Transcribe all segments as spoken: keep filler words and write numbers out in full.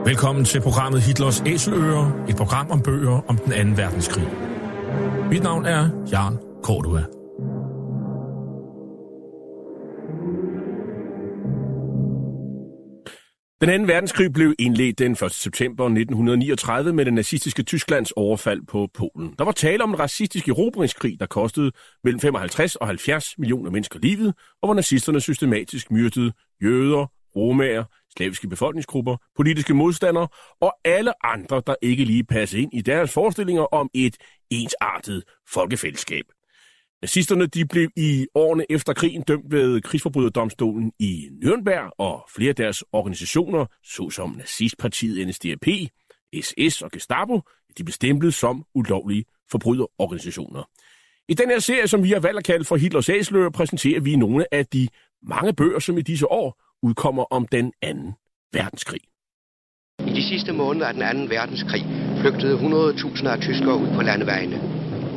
Velkommen til programmet Hitlers Æseløer, et program om bøger om den anden verdenskrig. Mit navn er Jan Cordua. Den anden verdenskrig blev indledt den første september nitten niogtredive med det nazistiske Tysklands overfald på Polen. Der var tale om en racistisk erobringskrig, der kostede mellem femoghalvtreds og halvfjerds millioner mennesker livet, og hvor nazisterne systematisk myrdede jøder, romaer, slaviske befolkningsgrupper, politiske modstandere og alle andre, der ikke lige passede ind i deres forestillinger om et ensartet folkefællesskab. Nazisterne de blev i årene efter krigen dømt ved krigsforbryderdomstolen i Nürnberg, og flere af deres organisationer, såsom nazistpartiet N S D A P, S S og Gestapo, de blev stemplet som ulovlige forbryderorganisationer. I den her serie, som vi har valgt at kalde for Hitlers Æseløer, præsenterer vi nogle af de mange bøger, som i disse år udkommer om den anden verdenskrig. I de sidste måneder af den anden verdenskrig flygtede hundrede tusinder af tyskere ud på landevejene.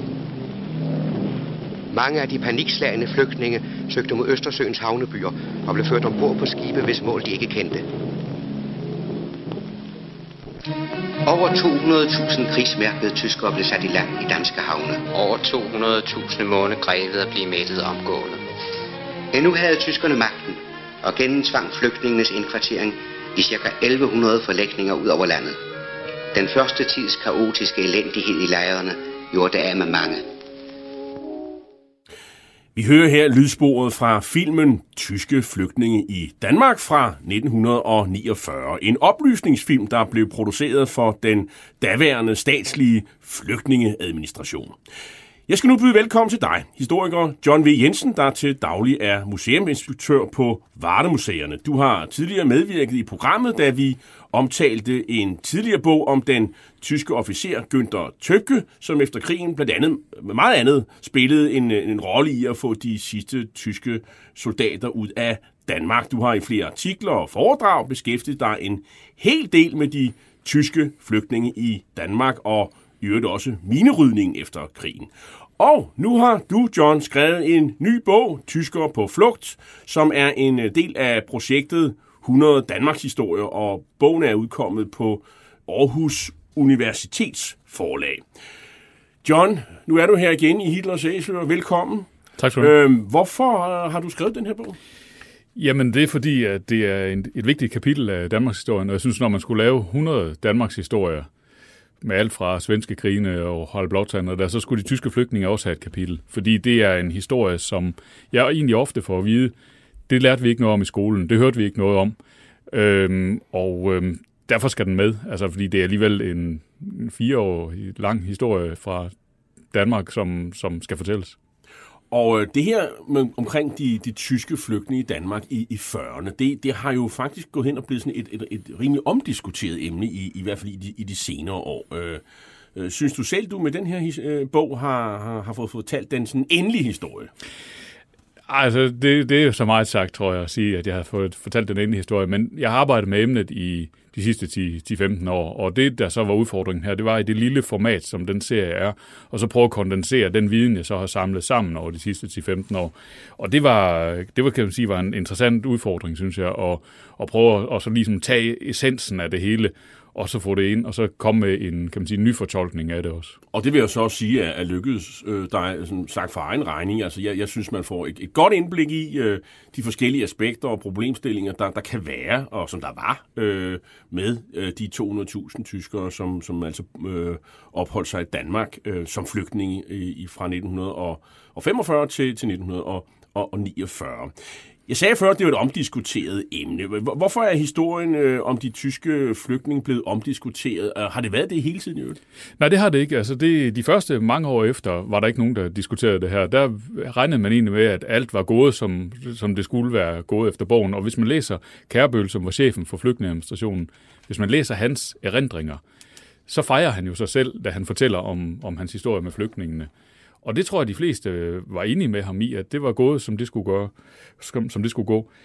Mange af de panikslagne flygtninge søgte mod Østersøens havnebyer og blev ført ombord på skibe, hvis mål de ikke kendte. Over to hundrede tusind krigsmærkede tyskere blev sat i land i danske havne. Over to hundrede tusind måne grævede at blive mættet omgående. Endnu havde tyskerne magten og gennemtvang flygtningenes indkvartering i ca. elleve hundrede forlægninger ud over landet. Den første tids kaotiske elendighed i lejrene gjorde det af med mange. Vi hører her lydsporet fra filmen Tyske flygtninge i Danmark fra nitten niogfyrre. En oplysningsfilm, der blev produceret for den daværende statslige flygtningeadministration. Jeg skal nu byde velkommen til dig, historiker John V. Jensen, der til daglig er museuminspektør på Vardemuseerne. Du har tidligere medvirket i programmet, da vi omtalte en tidligere bog om den tyske officer Günther Töpke, som efter krigen blandt andet med meget andet spillede en, en rolle i at få de sidste tyske soldater ud af Danmark. Du har i flere artikler og foredrag beskæftiget dig en hel del med de tyske flygtninge i Danmark og i øvrigt også minerydningen efter krigen. Og nu har du, John, skrevet en ny bog, Tyskere på flugt, som er en del af projektet hundrede Danmarks historier, og bogen er udkommet på Aarhus Universitets forlag. John, nu er du her igen i Hitlers Æseløer. Velkommen. Tak skal du have. Øhm, hvorfor har du skrevet den her bog? Jamen, det er fordi, at det er en, et vigtigt kapitel af Danmarks historien, og jeg synes, når man skulle lave hundrede Danmarks historier, med alt fra svenske krigene og Harald Blåtand, der så skulle de tyske flygtninge også have et kapitel. Fordi det er en historie, som jeg egentlig ofte får at vide, det lærte vi ikke noget om i skolen, det hørte vi ikke noget om. Øhm, og øhm, derfor skal den med, altså fordi det er alligevel en, en fire år lang historie fra Danmark, som, som skal fortælles. Og det her med, omkring de, de tyske flygtninge i Danmark i, i fyrrerne, det, det har jo faktisk gået hen og blevet sådan et, et, et rimelig omdiskuteret emne, i, i hvert fald i de, i de senere år. Øh, øh, synes du selv, du med den her øh, bog har, har, har fået fortalt den sådan endelige historie? Altså, det, det er jo så meget sagt, tror jeg, at sige, at jeg har fået fortalt den endelige historie, men jeg har arbejdet med emnet i de sidste ti til femten år, og det, der så var udfordringen her, det var i det lille format, som den serie er, og så prøve at kondensere den viden, jeg så har samlet sammen over de sidste ti til femten år. Og det var, det var, kan man sige, var en interessant udfordring, synes jeg, at, at prøve at så ligesom tage essensen af det hele, og så få det ind, og så komme med en, kan man sige, en ny fortolkning af det også. Og det vil jeg så også sige, at lykkedes øh, dig sådan sagt for egen regning. Altså, jeg, jeg synes, man får et, et godt indblik i øh, de forskellige aspekter og problemstillinger, der, der kan være, og som der var øh, med øh, de to hundrede tusind tyskere, som, som altså øh, opholdt sig i Danmark øh, som flygtninge i, fra nitten femogfyrre til, til nitten niogfyrre. Jeg sagde før, at det var et omdiskuteret emne. Hvorfor er historien øh, om de tyske flygtninge blevet omdiskuteret? Har det været det hele tiden i øvrigt? Nej, det har det ikke. Altså, det, de første mange år efter var der ikke nogen, der diskuterede det her. Der regnede man egentlig med, at alt var gået, som, som det skulle være gået efter bogen. Og hvis man læser Kærbøl, som var chefen for flygtningeadministrationen, hvis man læser hans erindringer, så fejrer han jo sig selv, da han fortæller om, om hans historie med flygtningene. Og det tror jeg, de fleste var enige med ham i, at det var gået, som det skulle gøre, som det skulle gå.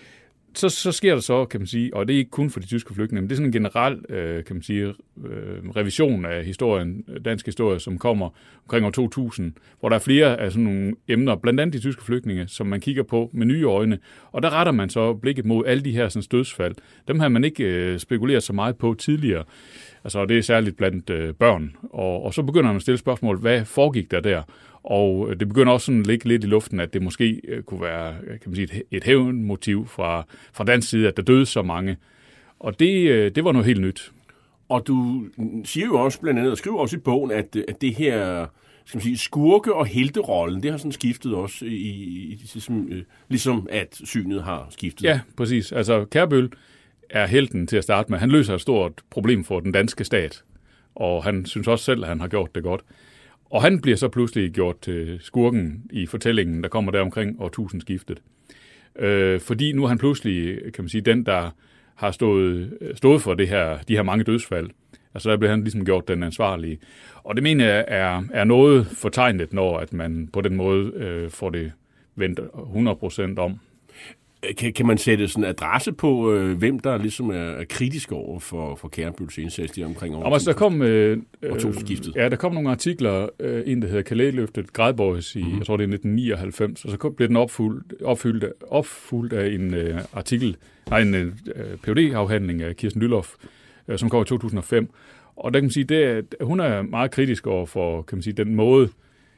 så, så sker der så, kan man sige, og det er ikke kun for de tyske flygtninge, men det er sådan en generel, øh, kan man sige, øh, revision af historien, dansk historie, som kommer omkring år to tusind, hvor der er flere af sådan nogle emner, blandt andet de tyske flygtninge, som man kigger på med nye øjne, og der retter man så blikket mod alle de her sådan, dødsfald. Dem har man ikke øh, spekuleret så meget på tidligere, altså det er særligt blandt øh, børn, og, og så begynder man at stille spørgsmål, hvad foregik der der? Og det begynder også sådan at ligge lidt i luften, at det måske kunne være, kan man sige, et hævnmotiv fra, fra dansk side, at der døde så mange. Og det, det var noget helt nyt. Og du siger jo også blandt andet, og skriver også i bogen, at, at det her, skal man sige, skurke- og helterollen, det har sådan skiftet også, i, i, ligesom, ligesom at synet har skiftet. Ja, præcis. Altså Kærbøl er helten til at starte med. Han løser et stort problem for den danske stat, og han synes også selv, at han har gjort det godt. Og han bliver så pludselig gjort til skurken i fortællingen, der kommer der omkring årtusindskiftet. Øh, fordi nu er han pludselig, kan man sige, den, der har stået, stået for det her, de her mange dødsfald. Altså der bliver han ligesom gjort den ansvarlige. Og det mener jeg er, er noget fortegnet, når at man på den måde øh, får det vendt hundrede procent om. Kan, kan man sætte sådan en adresse på, øh, hvem der ligesom er, er kritisk over for, for Kærbøls indsats der omkring år altså, der kom, øh, årtusindskiftet? Ja, der kom nogle artikler, øh, en der hedder Kalætløftet Gradboys i, mm-hmm. jeg tror det er nitten nioghalvfems, og så kom, blev den opfuldt, opfyldt, opfuldt af en øh, artikel, nej, en øh, P H D-afhandling af Kirsten Lylloff, øh, som kom i to tusind og fem. Og der kan man sige, det er, hun er meget kritisk over for, kan man sige, den måde,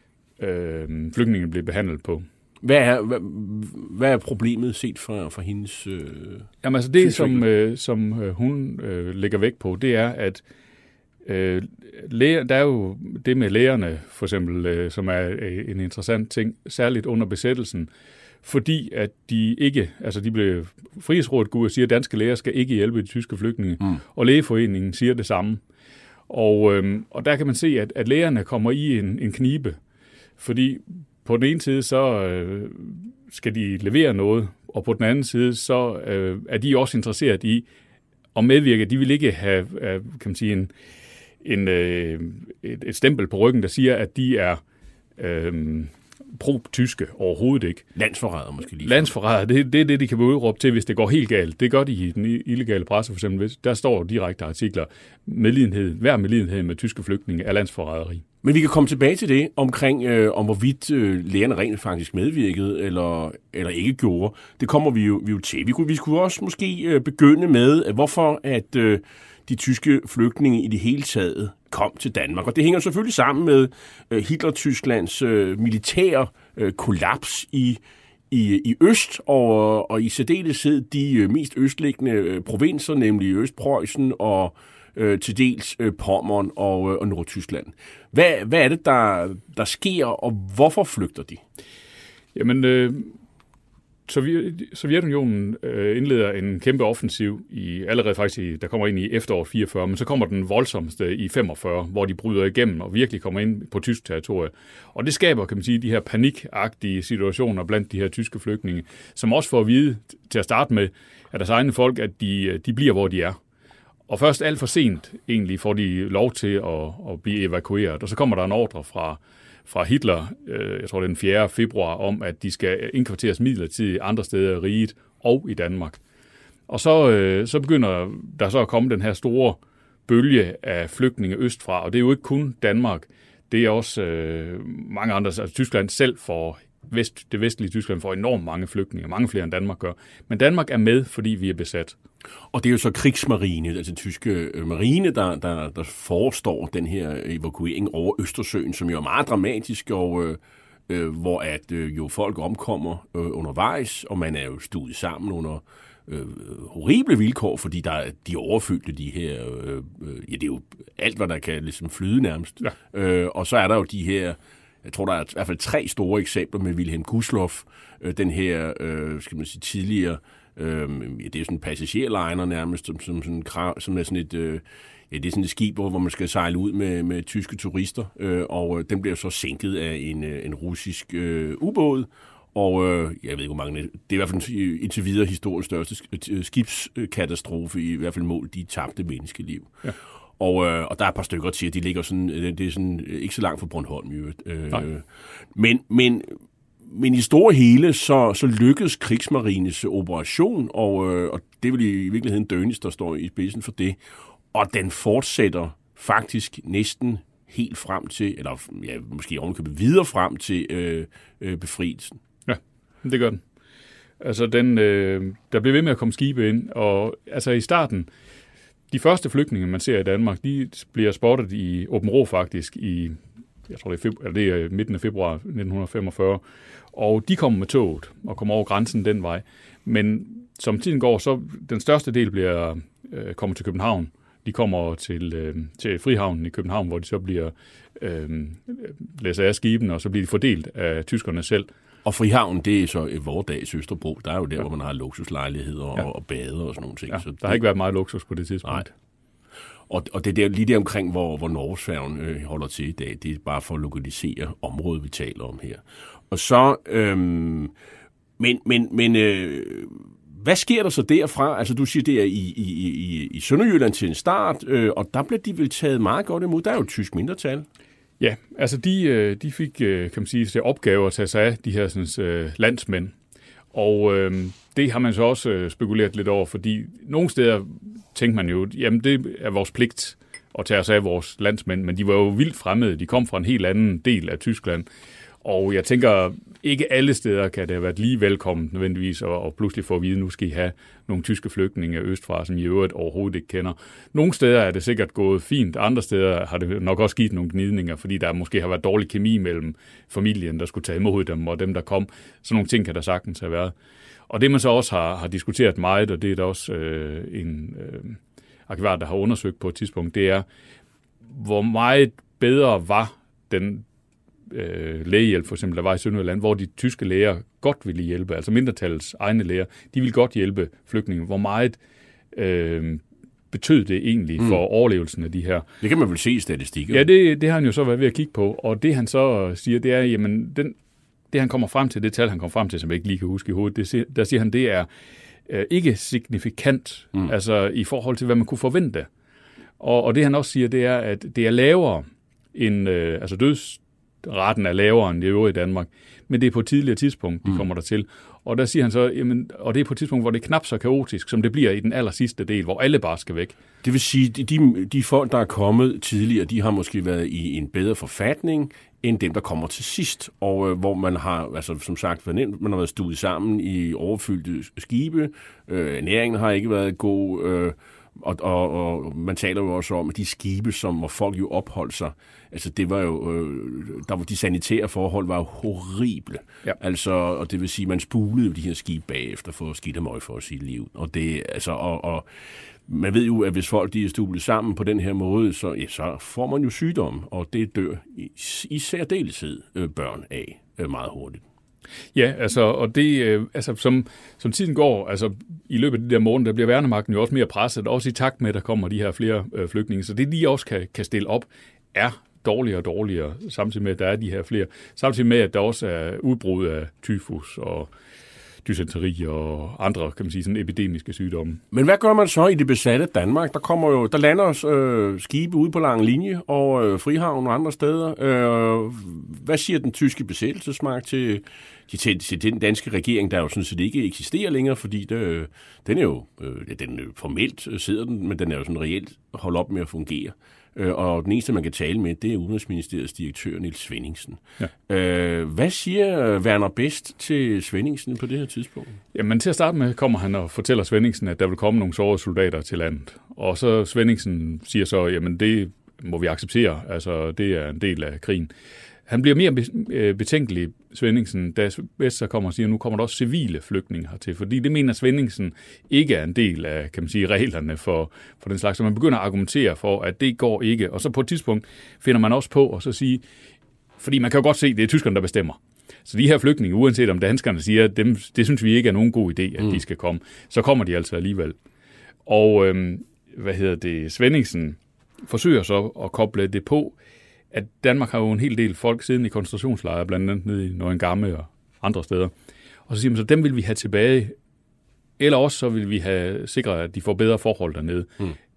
øh, flygtningene blev behandlet på. Hvad er, hvad, hvad er problemet set fra, fra hendes øh, Jamen altså det, som, øh, som øh, hun øh, lægger vægt på, det er, at øh, læger, der er jo det med lægerne, for eksempel, øh, som er øh, en interessant ting, særligt under besættelsen, fordi at de ikke, altså de blev Frihedsrådet går ud og siger, at danske læger skal ikke hjælpe de tyske flygtninge, mm. og Lægeforeningen siger det samme. Og, øh, og der kan man se, at, at lægerne kommer i en, en knibe, fordi på den ene side, så øh, skal de levere noget, og på den anden side, så øh, er de også interesseret i at medvirke. De vil ikke have, øh, kan man sige, en, en, øh, et, et stempel på ryggen, der siger, at de er øh, pro-tyske overhovedet ikke. Landsforræder måske lige. Landsforræder, det, det er det, de kan udråbe til, hvis det går helt galt. Det gør de i den illegale presse, for eksempel. Der står direkte artikler, medlidenhed, hver medlidenhed med tyske flygtninge er landsforræderi. Men vi kan komme tilbage til det omkring, øh, om hvorvidt øh, lægerne rent faktisk medvirkede eller, eller ikke gjorde. Det kommer vi jo, vi jo til. Vi kunne, vi skulle også måske øh, begynde med, at hvorfor at øh, de tyske flygtninge i det hele taget kom til Danmark. Og det hænger selvfølgelig sammen med øh, Hitler-Tysklands øh, militære øh, kollaps i, i, i øst, og, og i særdeleshed de øh, mest østliggende øh, provinser, nemlig Østpreussen og øh, til dels øh, Pommern og, øh, og Nordtyskland. Hvad, hvad er det, der, der sker, og hvorfor flygter de? Jamen, øh, Sovjetunionen øh, indleder en kæmpe offensiv, i allerede faktisk, i, der kommer ind i efteråret fireogfyrre, men så kommer den voldsomste i femogfyrre, hvor de bryder igennem og virkelig kommer ind på tysk territorie. Og det skaber, kan man sige, de her panikagtige situationer blandt de her tyske flygtninge, som også får at vide til at starte med, at deres egne folk, at de, de bliver, hvor de er. Og først alt for sent egentlig får de lov til at, at blive evakueret, og så kommer der en ordre fra fra Hitler, jeg tror det er den fjerde februar, om at de skal indkvarteres midlertidigt andre steder i riget og i Danmark. Og så, så begynder der så at komme den her store bølge af flygtninge østfra, og det er jo ikke kun Danmark, det er også øh, mange andre, altså Tyskland selv får, vest, det vestlige Tyskland får enormt mange flygtninge, mange flere end Danmark gør. Men Danmark er med, fordi vi er besat. Og det er jo så krigsmarine, altså den tyske marine, der, der, der forestår den her evakuering over Østersøen, som jo er meget dramatisk, og øh, hvor at øh, jo folk omkommer øh, undervejs, og man er jo stuet sammen under øh, horrible vilkår, fordi der, de overfyldte de her, øh, ja det er jo alt, hvad der kan ligesom flyde nærmest. Ja. Øh, og så er der jo de her, jeg tror der er i hvert fald tre store eksempler med Wilhelm Gustloff, øh, den her, øh, skal man sige, tidligere, Øhm, det er jo sådan en passagerliner nærmest, som, som, sådan, som er sådan et, øh, ja, det er sådan et skib, hvor man skal sejle ud med, med tyske turister, øh, og øh, den bliver så sænket af en, øh, en russisk øh, ubåd, og øh, jeg ved ikke, hvor mange, det er i hvert fald indtil videre historiens største skibskatastrofe, i hvert fald mål de tabte menneskeliv. Ja. Og, øh, og der er et par stykker til, at de ligger sådan, det er sådan ikke så langt fra Bornholm, øh, men, men men i store hele, så, så lykkedes Kriegsmarines operation, og, øh, og det er vel i virkeligheden Dönitz, der står i spidsen for det. Og den fortsætter faktisk næsten helt frem til, eller ja, måske ovenikøbet videre frem til øh, øh, befrielsen. Ja, det gør den. Altså, den, øh, der bliver ved med at komme skibe ind, og altså i starten, de første flygtninge, man ser i Danmark, de bliver spottet i Åben Rå faktisk, i, jeg tror det er, februar, det er midten af februar nitten femogfyrre, og de kommer med toget og kommer over grænsen den vej. Men som tiden går, så den største del bliver øh, kommer til København. De kommer til, øh, til Frihavnen i København, hvor de så bliver øh, læsset af skibene, og så bliver de fordelt af tyskerne selv. Og Frihavn, det er så et vordags Østerbro. Der er jo der, ja. hvor man har luksuslejligheder ja. og bade og sådan nogle ting. Ja, så der det, har ikke været meget luksus på det tidspunkt. Nej. Og, og det er der, lige der omkring, hvor, hvor Norgesfærgen øh, holder til i dag. Det er bare for at lokalisere området, vi taler om her. Og så... Øhm, men men, men øh, hvad sker der så derfra? Altså, du siger, det er i, i, i, i Sønderjylland til en start, øh, og der blev de vel taget meget godt imod. Der er jo et tysk mindretal. Ja, altså de, de fik, kan man sige, til opgave at tage sig af de her sådan, landsmænd. Og øh, det har man så også spekuleret lidt over, fordi nogle steder tænkte man jo, jamen det er vores pligt at tage os af vores landsmænd, men de var jo vildt fremmede. De kom fra en helt anden del af Tyskland. Og jeg tænker, ikke alle steder kan det have været lige velkomment nødvendigvis, og, og pludselig få at vide, at nu skal I have nogle tyske flygtninge østfra, som I øvrigt overhovedet ikke kender. Nogle steder er det sikkert gået fint, andre steder har det nok også givet nogle gnidninger, fordi der måske har været dårlig kemi mellem familien, der skulle tage imod dem, og dem, der kom. Sådan nogle ting kan der sagtens have været. Og det man så også har, har diskuteret meget, og det er der også øh, en øh, arkivar, der har undersøgt på et tidspunkt, det er, hvor meget bedre var den øh, lægehjælp, for eksempel, der var i Sønderjylland, hvor de tyske læger godt ville hjælpe, altså mindretallets egne læger, de ville godt hjælpe flygtninge. Hvor meget øh, betød det egentlig for mm. overlevelsen af de her? Det kan man vel se i statistikker. Ja, det, det har han jo så været ved at kigge på, og det han så siger, det er, jamen, den, det han kommer frem til, det tal han kommer frem til, som jeg ikke lige kan huske i hovedet, det, der siger han, det er øh, ikke signifikant, mm. altså i forhold til, hvad man kunne forvente. Og, og det han også siger, det er, at det er lavere end, øh, altså dødsraten er lavere end det øvrige i Danmark, men det er på et tidligere tidspunkt, de mm. kommer der til. Og der siger han så, jamen, og det er på et tidspunkt, hvor det er knap så kaotisk, som det bliver i den aller sidste del, hvor alle bare skal væk. Det vil sige, de, de folk, der er kommet tidligere, de har måske været i en bedre forfatning, end dem, der kommer til sidst, og øh, hvor man har, altså som sagt, man har været stuet sammen i overfyldte skibe, øh, ernæringen har ikke været god, øh, og, og, og man taler jo også om, at de skibe, som hvor folk jo opholdt sig, altså det var jo, øh, der var de sanitære forhold var jo horrible, ja. Altså, og det vil sige, man spulede jo de her skibe bagefter for skidt og møg for at sige liv, og det, altså, og, og man ved jo, at hvis folk de er stulet sammen på den her måde, så, ja, så får man jo sygdom, og det dør i, i særdeleshed øh, børn af øh, meget hurtigt. Ja, altså, og det, øh, altså, som, som tiden går, altså, i løbet af de der måneder, der bliver værnemagten jo også mere presset, også i takt med, at der kommer de her flere øh, flygtninge, så det, de også kan, kan stille op, er dårligere og dårligere, samtidig med, at der er de her flere, samtidig med, at der også er udbrud af tyfus og dysenteri og andre, kan man sige, sådan epidemiske sygdomme. Men hvad gør man så i det besatte Danmark? Der kommer jo, der lander øh, skibe ude på lang linje, og øh, Frihavn og andre steder. Øh, hvad siger den tyske besættelsesmagt til, til, til den danske regering, der jo sådan set ikke eksisterer længere, fordi det, den er jo, øh, den formelt sidder den, men den er jo sådan reelt holdt op med at fungere. Og den eneste, man kan tale med, det er Udenrigsministeriets direktør, Niels Svenningsen. Ja. Øh, hvad siger Werner Best til Svenningsen på det her tidspunkt? Jamen til at starte med kommer han og fortæller Svenningsen, at der vil komme nogle sårede soldater til landet. Og så Svenningsen siger så, jamen det må vi acceptere, altså det er en del af krigen. Han bliver mere betænkelig, Svenningsen, da Best så kommer og siger, at nu kommer der også civile flygtninge hertil, fordi det mener Svenningsen ikke er en del af, kan man sige, reglerne for, for den slags. Så man begynder at argumentere for, at det går ikke. Og så på et tidspunkt finder man også på at så sige, fordi man kan jo godt se, at det er tyskerne, der bestemmer. Så de her flygtninge, uanset om danskerne siger, at dem, det synes vi ikke er nogen god idé, at mm. de skal komme, så kommer de altså alligevel. Og øhm, hvad hedder det, Svenningsen forsøger så at koble det på, at Danmark har jo en hel del folk siden i koncentrationslejre, blandt andet nede i Neuengamme og andre steder. Og så siger man så, dem vil vi have tilbage, eller også så vil vi have sikret, at de får bedre forhold dernede. Mm.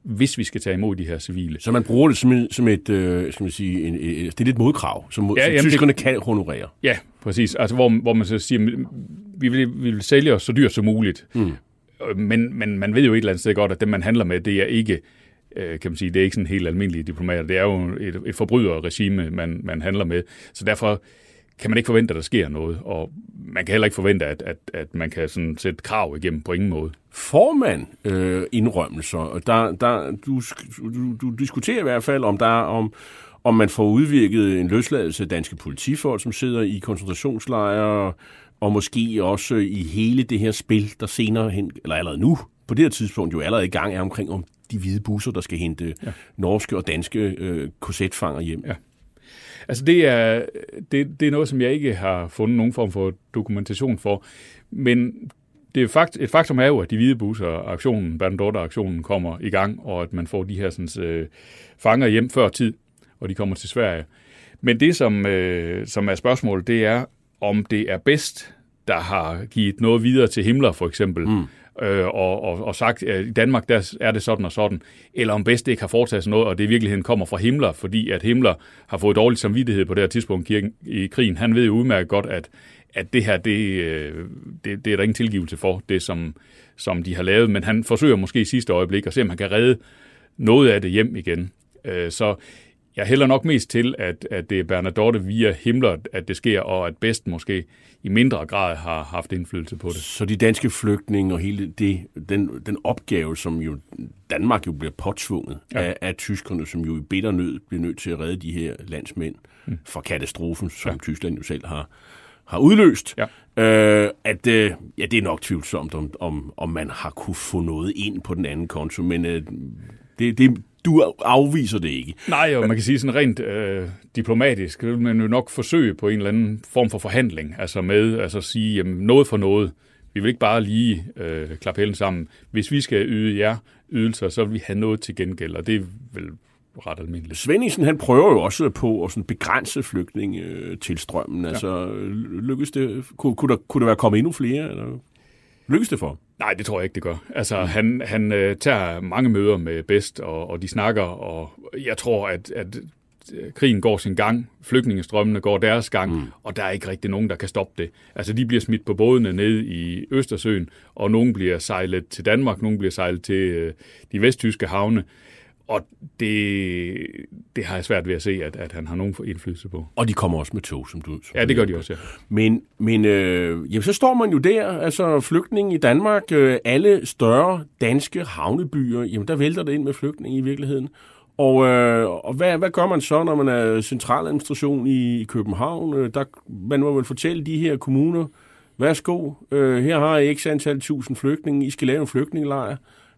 hvis vi skal tage imod de her civile. Så man bruger det som et, som et øh, skal man sige, en, et, det er lidt modkrav, som, ja, som jamen, tyskerne det, kan honorere. Ja, præcis. Altså, hvor, hvor man så siger, vi vil, vi vil sælge os så dyrt som muligt. Mm. Men, men man ved jo et eller andet sted godt, at dem, man handler med, det er ikke, øh, kan man sige, det er ikke sådan helt almindelige diplomater. Det er jo et, et forbryderregime, man, man handler med. Så derfor kan man ikke forvente, at der sker noget. Og man kan heller ikke forvente, at, at, at man kan sådan sætte krav igennem på ingen måde. Får man øh, indrømmelser? Der, der, du, du, du diskuterer i hvert fald, om, der, om, om man får udvirket en løsladelse af danske politifolk, som sidder i koncentrationslejre, og måske også i hele det her spil, der senere hen, eller allerede nu, på det her tidspunkt jo allerede i gang er omkring om de hvide busser, der skal hente ja. norske og danske øh, korsetfanger hjem. Ja. Altså det er, det, det er noget, som jeg ikke har fundet nogen form for dokumentation for, men det er fakt, et faktum er jo, at de hvide busser, aktionen, Bernadotte-aktionen kommer i gang, og at man får de her sådan, øh, fanger hjem før tid, og de kommer til Sverige. Men det, som, øh, som er spørgsmålet, det er, om det er bedst, der har givet noget videre til Himmler, for eksempel, mm. øh, og, og, og sagt, at i Danmark der er det sådan og sådan, eller om bedst ikke har foretaget sig noget, og det i virkeligheden kommer fra Himmler, fordi at Himmler har fået dårlig samvittighed på det her tidspunkt i krigen. Han ved jo udmærket godt, at, at det her, det, det, det er der ingen tilgivelse for, det som, som de har lavet, men han forsøger måske i sidste øjeblik at se, om han kan redde noget af det hjem igen. Øh, så jeg hælder nok mest til, at, at det er Bernadotte via Himmler, at det sker, og at Best måske i mindre grad har haft indflydelse på det. Så de danske flygtninge og hele det, den, den opgave, som jo Danmark jo bliver påtvunget ja. af, af tyskerne, som jo i bitter nød bliver nødt til at redde de her landsmænd mm. fra katastrofen, som ja. Tyskland jo selv har, har udløst, ja. øh, at øh, ja, det er nok tvivlsomt, om, om, om man har kunne få noget ind på den anden konto, men øh, det, det du afviser det ikke. Nej, og man kan sige sådan rent øh, diplomatisk, vil man jo nok forsøge på en eller anden form for forhandling, altså med altså at sige jamen, noget for noget. Vi vil ikke bare lige øh, klappe hælen sammen. Hvis vi skal yde jer ydelser, så vil vi have noget til gengæld, og det er vel ret almindeligt. Svenningsen, han prøver jo også på at sådan begrænse flygtningetilstrømmen. Ja. Altså, lykkes det? Kunne, kunne, der, kunne der være kommet endnu flere? Eller? Lykkes det for? Nej, det tror jeg ikke, det gør. Altså, mm. han, han øh, tager mange møder med Best, og, og de snakker, og jeg tror, at, at krigen går sin gang, flygtningestrømmene går deres gang, mm. og der er ikke rigtig nogen, der kan stoppe det. Altså, de bliver smidt på bådene ned i Østersøen, og nogen bliver sejlet til Danmark, nogen bliver sejlet til øh, de vesttyske havne, og det, det har jeg svært ved at se, at, at han har nogen indflydelse på. Og de kommer også med tog, som du... Som ja, det gør de også, ja. Men, men øh, jamen, så står man jo der, altså flygtninge i Danmark, øh, alle større danske havnebyer, jamen der vælter det ind med flygtninge i virkeligheden. Og, øh, og hvad, hvad gør man så, når man er centraladministration i, i København? Der, man må vel fortælle de her kommuner, værsgo, øh, her har I x antal tusind flygtninge, I skal lave en flygtningelejr.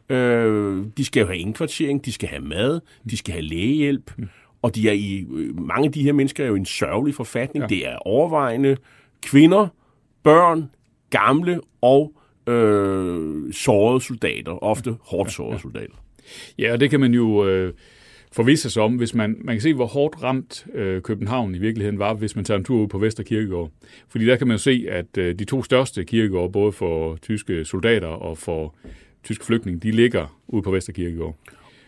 Øh, de skal jo have indkvartering, de skal have mad, de skal have lægehjælp, mm. og de er i, mange af de her mennesker er jo i en sørgelig forfatning. Ja. Det er overvejende kvinder, børn, gamle og øh, sårede soldater, ofte hårdt sårede ja, ja. soldater. Ja, og det kan man jo øh, forvisse sig om, hvis man, man kan se, hvor hårdt ramt øh, København i virkeligheden var, hvis man tager en tur ud på Vester Kirkegård. Fordi der kan man jo se, at øh, de to største kirkegårde, både for tyske soldater og for tyske flygtninge, de ligger ude på Vester Kirkegård.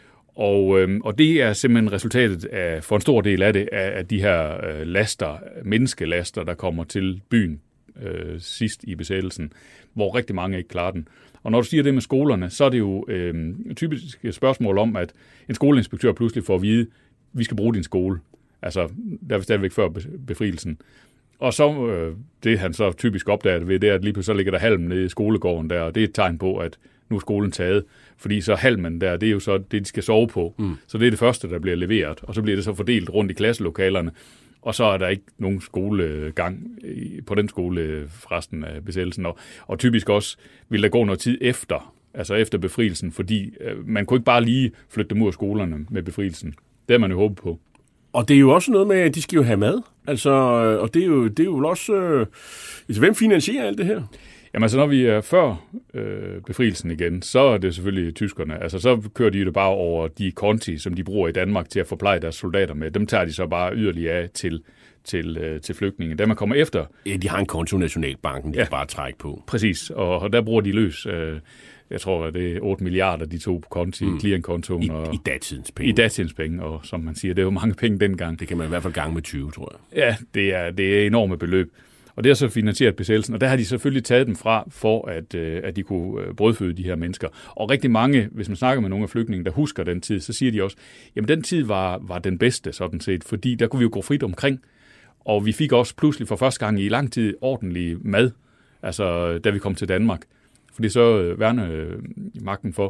Og, øhm, og det er simpelthen resultatet af, for en stor del af det, af, af de her øh, laster, menneskelaster, der kommer til byen øh, sidst i besættelsen, hvor rigtig mange ikke klarer den. Og når du siger det med skolerne, så er det jo øh, typisk et spørgsmål om, at en skoleinspektør pludselig får at vide, at vi skal bruge din skole. Altså, der er stadigvæk før befrielsen. Og så øh, det, han så typisk opdager ved, det er, at lige pludselig så ligger der halm nede i skolegården der, og det er et tegn på, at nu er skolen taget. Fordi så halmen der, det er jo så det, de skal sove på. Mm. Så det er det første, der bliver leveret. Og så bliver det så fordelt rundt i klasselokalerne. Og så er der ikke nogen skolegang på den skole for resten af besættelsen. Og, og typisk også vil der gå noget tid efter, altså efter befrielsen, fordi øh, man kunne ikke bare lige flytte dem ud af skolerne med befrielsen. Det har man jo håbet på. Og det er jo også noget med, at de skal jo have mad. Altså, og det er jo, det er jo også... Øh, altså, hvem finansierer alt det her? Jamen altså, når vi er før øh, befrielsen igen, så er det selvfølgelig tyskerne. Altså, så kører de det bare over de konti, som de bruger i Danmark til at forpleje deres soldater med. Dem tager de så bare yderligere af til, til, øh, til flygtninge. Da man kommer efter... Ja, de har en konto i Nationalbanken, de ja. kan bare trække på. Præcis, og, og der bruger de løs... Øh, jeg tror, det er otte milliarder, de tog på konti, mm. clearingkontoen. I, og, I datidens penge. I datidens penge, og som man siger, det er jo mange penge dengang. Det kan man i hvert fald gange med tyve, tror jeg. Ja, det er, det er enorme beløb. Og det har så finansieret besættelsen, og der har de selvfølgelig taget dem fra, for at, øh, at de kunne brødføde de her mennesker. Og rigtig mange, hvis man snakker med nogle af flygtninge, der husker den tid, så siger de også, jamen den tid var, var den bedste sådan set, fordi der kunne vi jo gå frit omkring. Og vi fik også pludselig for første gang i lang tid ordentlig mad, altså da vi kom til Danmark. Fordi så øh, værne øh, magten for.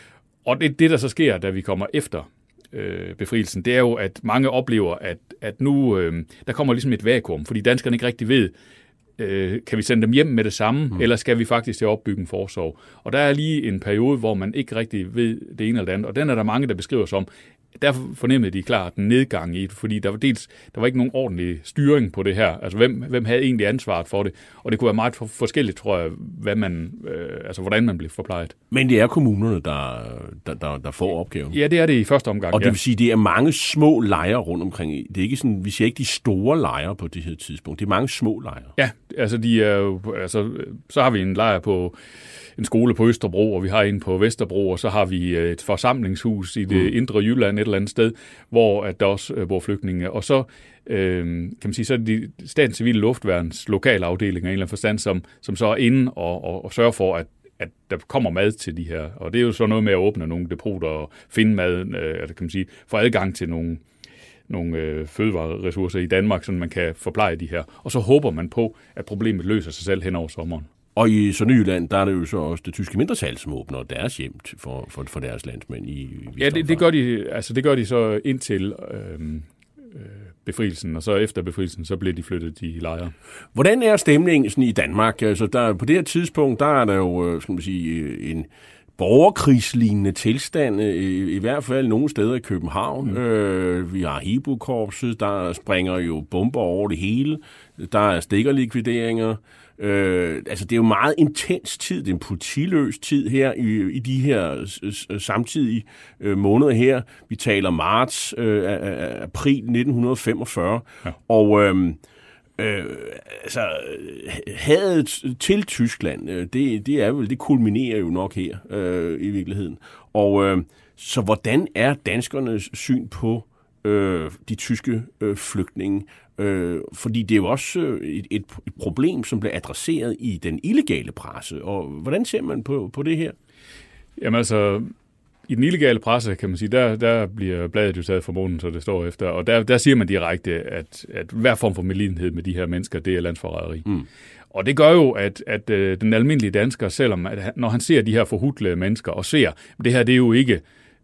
Og det, det, der så sker, da vi kommer efter øh, befrielsen, det er jo, at mange oplever, at, at nu øh, der kommer ligesom et vakuum, fordi danskerne ikke rigtig ved, øh, kan vi sende dem hjem med det samme, mm. eller skal vi faktisk til at opbygge en forsorg? Og der er lige en periode, hvor man ikke rigtig ved det ene eller det andet, og den er der mange, der beskriver som, der fornemmede de klart en nedgang i det, fordi der var dels der var ikke nogen ordentlig styring på det her. Altså hvem, hvem havde egentlig ansvaret for det? Og det kunne være meget forskelligt, tror jeg, hvad man, øh, altså hvordan man blev forplejet. Men det er kommunerne, der, der, der, der får opgaven. Ja, det er det i første omgang. Og det ja. vil sige, det er mange små lejre rundt omkring. Det er ikke sådan, vi ser ikke de store lejre på det her tidspunkt. Det er mange små lejre. Ja, altså de er jo, altså så har vi en lejr på en skole på Østerbro, og vi har en på Vesterbro, og så har vi et forsamlingshus i det mm. indre Jylland et eller andet sted, hvor at der også bor flygtninge. Og så øh, kan man sige, så er det de Statens Civile Luftværns lokalafdelinger i en eller anden forstand, som, som så er inde og, og, og sørger for, at at der kommer mad til de her. Og det er jo så noget med at åbne nogle depoter og finde mad, øh, kan man sige, få adgang til nogle, nogle øh, fødevareressourcer i Danmark, så man kan forpleje de her. Og så håber man på, at problemet løser sig selv hen over sommeren. Og i Sønderjylland, der er det jo så også det tyske mindretal, som åbner deres hjem for, for, for deres landsmænd i, i Ja, det, det, gør de, altså det gør de så indtil øh, øh, befrielsen, og så efter befrielsen, så bliver de flyttet i lejre. Hvordan er stemningen sådan i Danmark? Altså der, på det her tidspunkt, der er der jo, skal man sige, en borgerkrigslignende tilstand, i, i hvert fald nogle steder i København. Mm. Øh, vi har Hebrew-korpset, der springer jo bomber over det hele. Der er stikkerlikvideringer. Øh, altså det er jo meget intens tid, det er en politiløs tid her i, i de her samtidige øh, måneder her. Vi taler marts, øh, april nitten femogfyrre, ja. og øh, øh, altså hadet til Tyskland, øh, det, det er vel, det kulminerer jo nok her øh, i virkeligheden. Og øh, så hvordan er danskernes syn på øh, de tyske øh, flygtninge? Øh, fordi det er jo også et, et, et problem, som bliver adresseret i den illegale presse. Og hvordan ser man på, på det her? Jamen altså, i den illegale presse, kan man sige, der, der bliver bladet jo taget fra munden, så det står efter. Og der, der siger man direkte, at, at hver form for medlidenhed med de her mennesker, det er landsforræderi. Mm. Og det gør jo, at, at øh, den almindelige dansker, selvom at, når han ser de her forhudlede mennesker, og ser, det her det er jo ikke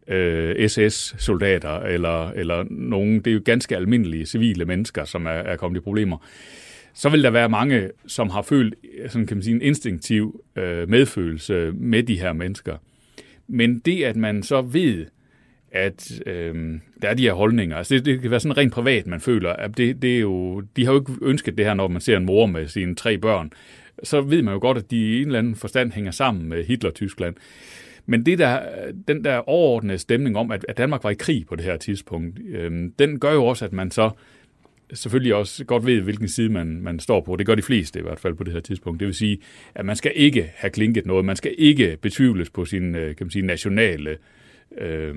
S S-soldater eller, eller nogen, det er jo ganske almindelige civile mennesker, som er, er kommet i problemer, så vil der være mange, som har følt sådan kan man sige, en instinktiv øh, medfølelse med de her mennesker. Men det, at man så ved, at øh, der er de her holdninger, altså det, det kan være sådan rent privat, man føler, at det, det er jo, de har jo ikke ønsket det her, når man ser en mor med sine tre børn, så ved man jo godt, at de i en eller anden forstand hænger sammen med Hitler-Tyskland. Men det der, den der overordnede stemning om, at Danmark var i krig på det her tidspunkt, øh, den gør jo også, at man så selvfølgelig også godt ved, hvilken side man, man står på. Det gør de fleste i hvert fald på det her tidspunkt. Det vil sige, at man skal ikke have klinket noget. Man skal ikke betvivles på sin, kan man sige, nationale, øh,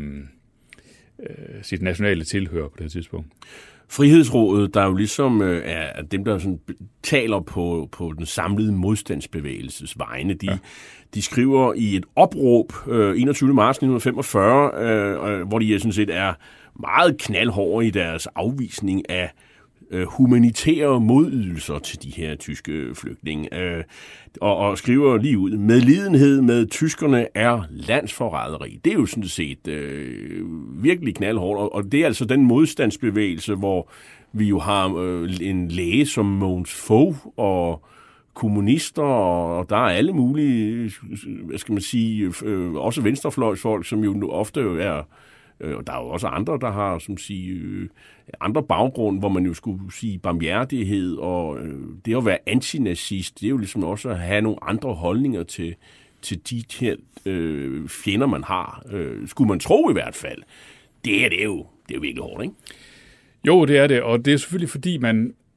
øh, sit nationale tilhør på det her tidspunkt. Frihedsrådet, der jo ligesom øh, er dem, der sådan taler på, på den samlede modstandsbevægelses vegne, de, ja. de skriver i et opråb øh, enogtyvende marts nitten femogfyrre, øh, hvor de sådan set er meget knaldhårde i deres afvisning af øh, humanitære modydelser til de her tyske flygtninge, øh, og, og skriver lige ud, medlidenhed med tyskerne er landsforræderi. Det er jo sådan set øh, virkelig knaldhårdt, og, og det er altså den modstandsbevægelse, hvor vi jo har øh, en læge som Mogens Fogh og kommunister, og der er alle mulige, hvad skal man sige, øh, også venstrefløjsfolk, som jo ofte er. Og der er jo også andre, der har som sige, øh, andre baggrund, hvor man jo skulle sige barmhjertighed, og øh, det at være antinazist, det er jo ligesom også at have nogle andre holdninger til, til de her øh, fjender, man har. Øh, skulle man tro i hvert fald. Det er det jo, det er jo virkelig hårdt, ikke? Jo, det er det, og det er selvfølgelig fordi, man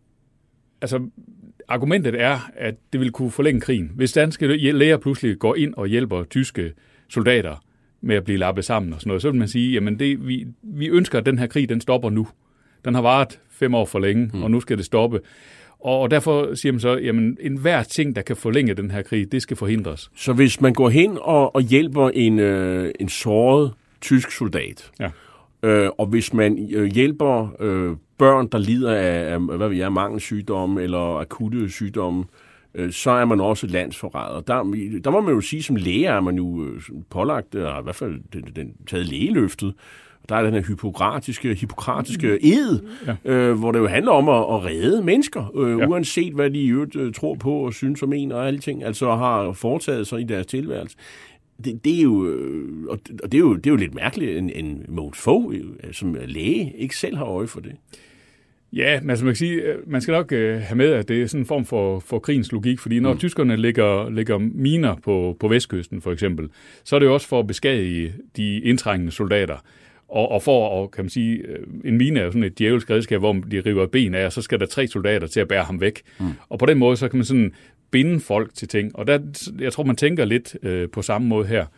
altså, argumentet er, at det vil kunne forlænge krigen. Hvis danske læger pludselig går ind og hjælper tyske soldater med at blive lappet sammen og sådan noget, så vil man sige, jamen det, vi, vi ønsker, at den her krig, den stopper nu. Den har varet fem år for længe, mm. og nu skal det stoppe. Og derfor siger man så, jamen enhver ting, der kan forlænge den her krig, det skal forhindres. Så hvis man går hen og, og hjælper en, øh, en såret tysk soldat, ja. øh, og hvis man øh, hjælper øh, børn, der lider af, af hvad ved jeg, mangelsygdomme eller akutte sygdomme, øh, så er man også landsforræder. Der, der må man jo sige, som læge er man jo pålagt, eller i hvert fald den, den taget lægeløftet. Der er den her hypokratiske, hippokratiske ed, ja. øh, hvor det jo handler om at, at redde mennesker, øh, ja. uanset hvad de i øvrigt øh, tror på og synes om en og alle ting, altså har foretaget sig i deres tilværelse. Det, det er jo, øh, og det er jo, det er jo lidt mærkeligt, en, en Mogens Fog, øh, som læge ikke selv har øje for det. Ja, men altså man kan sige, man skal nok øh, have med, at det er sådan en form for, for krigens logik, fordi når mm. tyskerne lægger, lægger miner på, på vestkysten for eksempel, så er det jo også for at beskadige de indtrængende soldater. Og, og for at, kan man sige, en mine er jo sådan et djævelsk redskab, hvor de river ben af, og så skal der tre soldater til at bære ham væk. Mm. Og på den måde, så kan man sådan binde folk til ting. Og der, jeg tror, man tænker lidt øh, på samme måde her.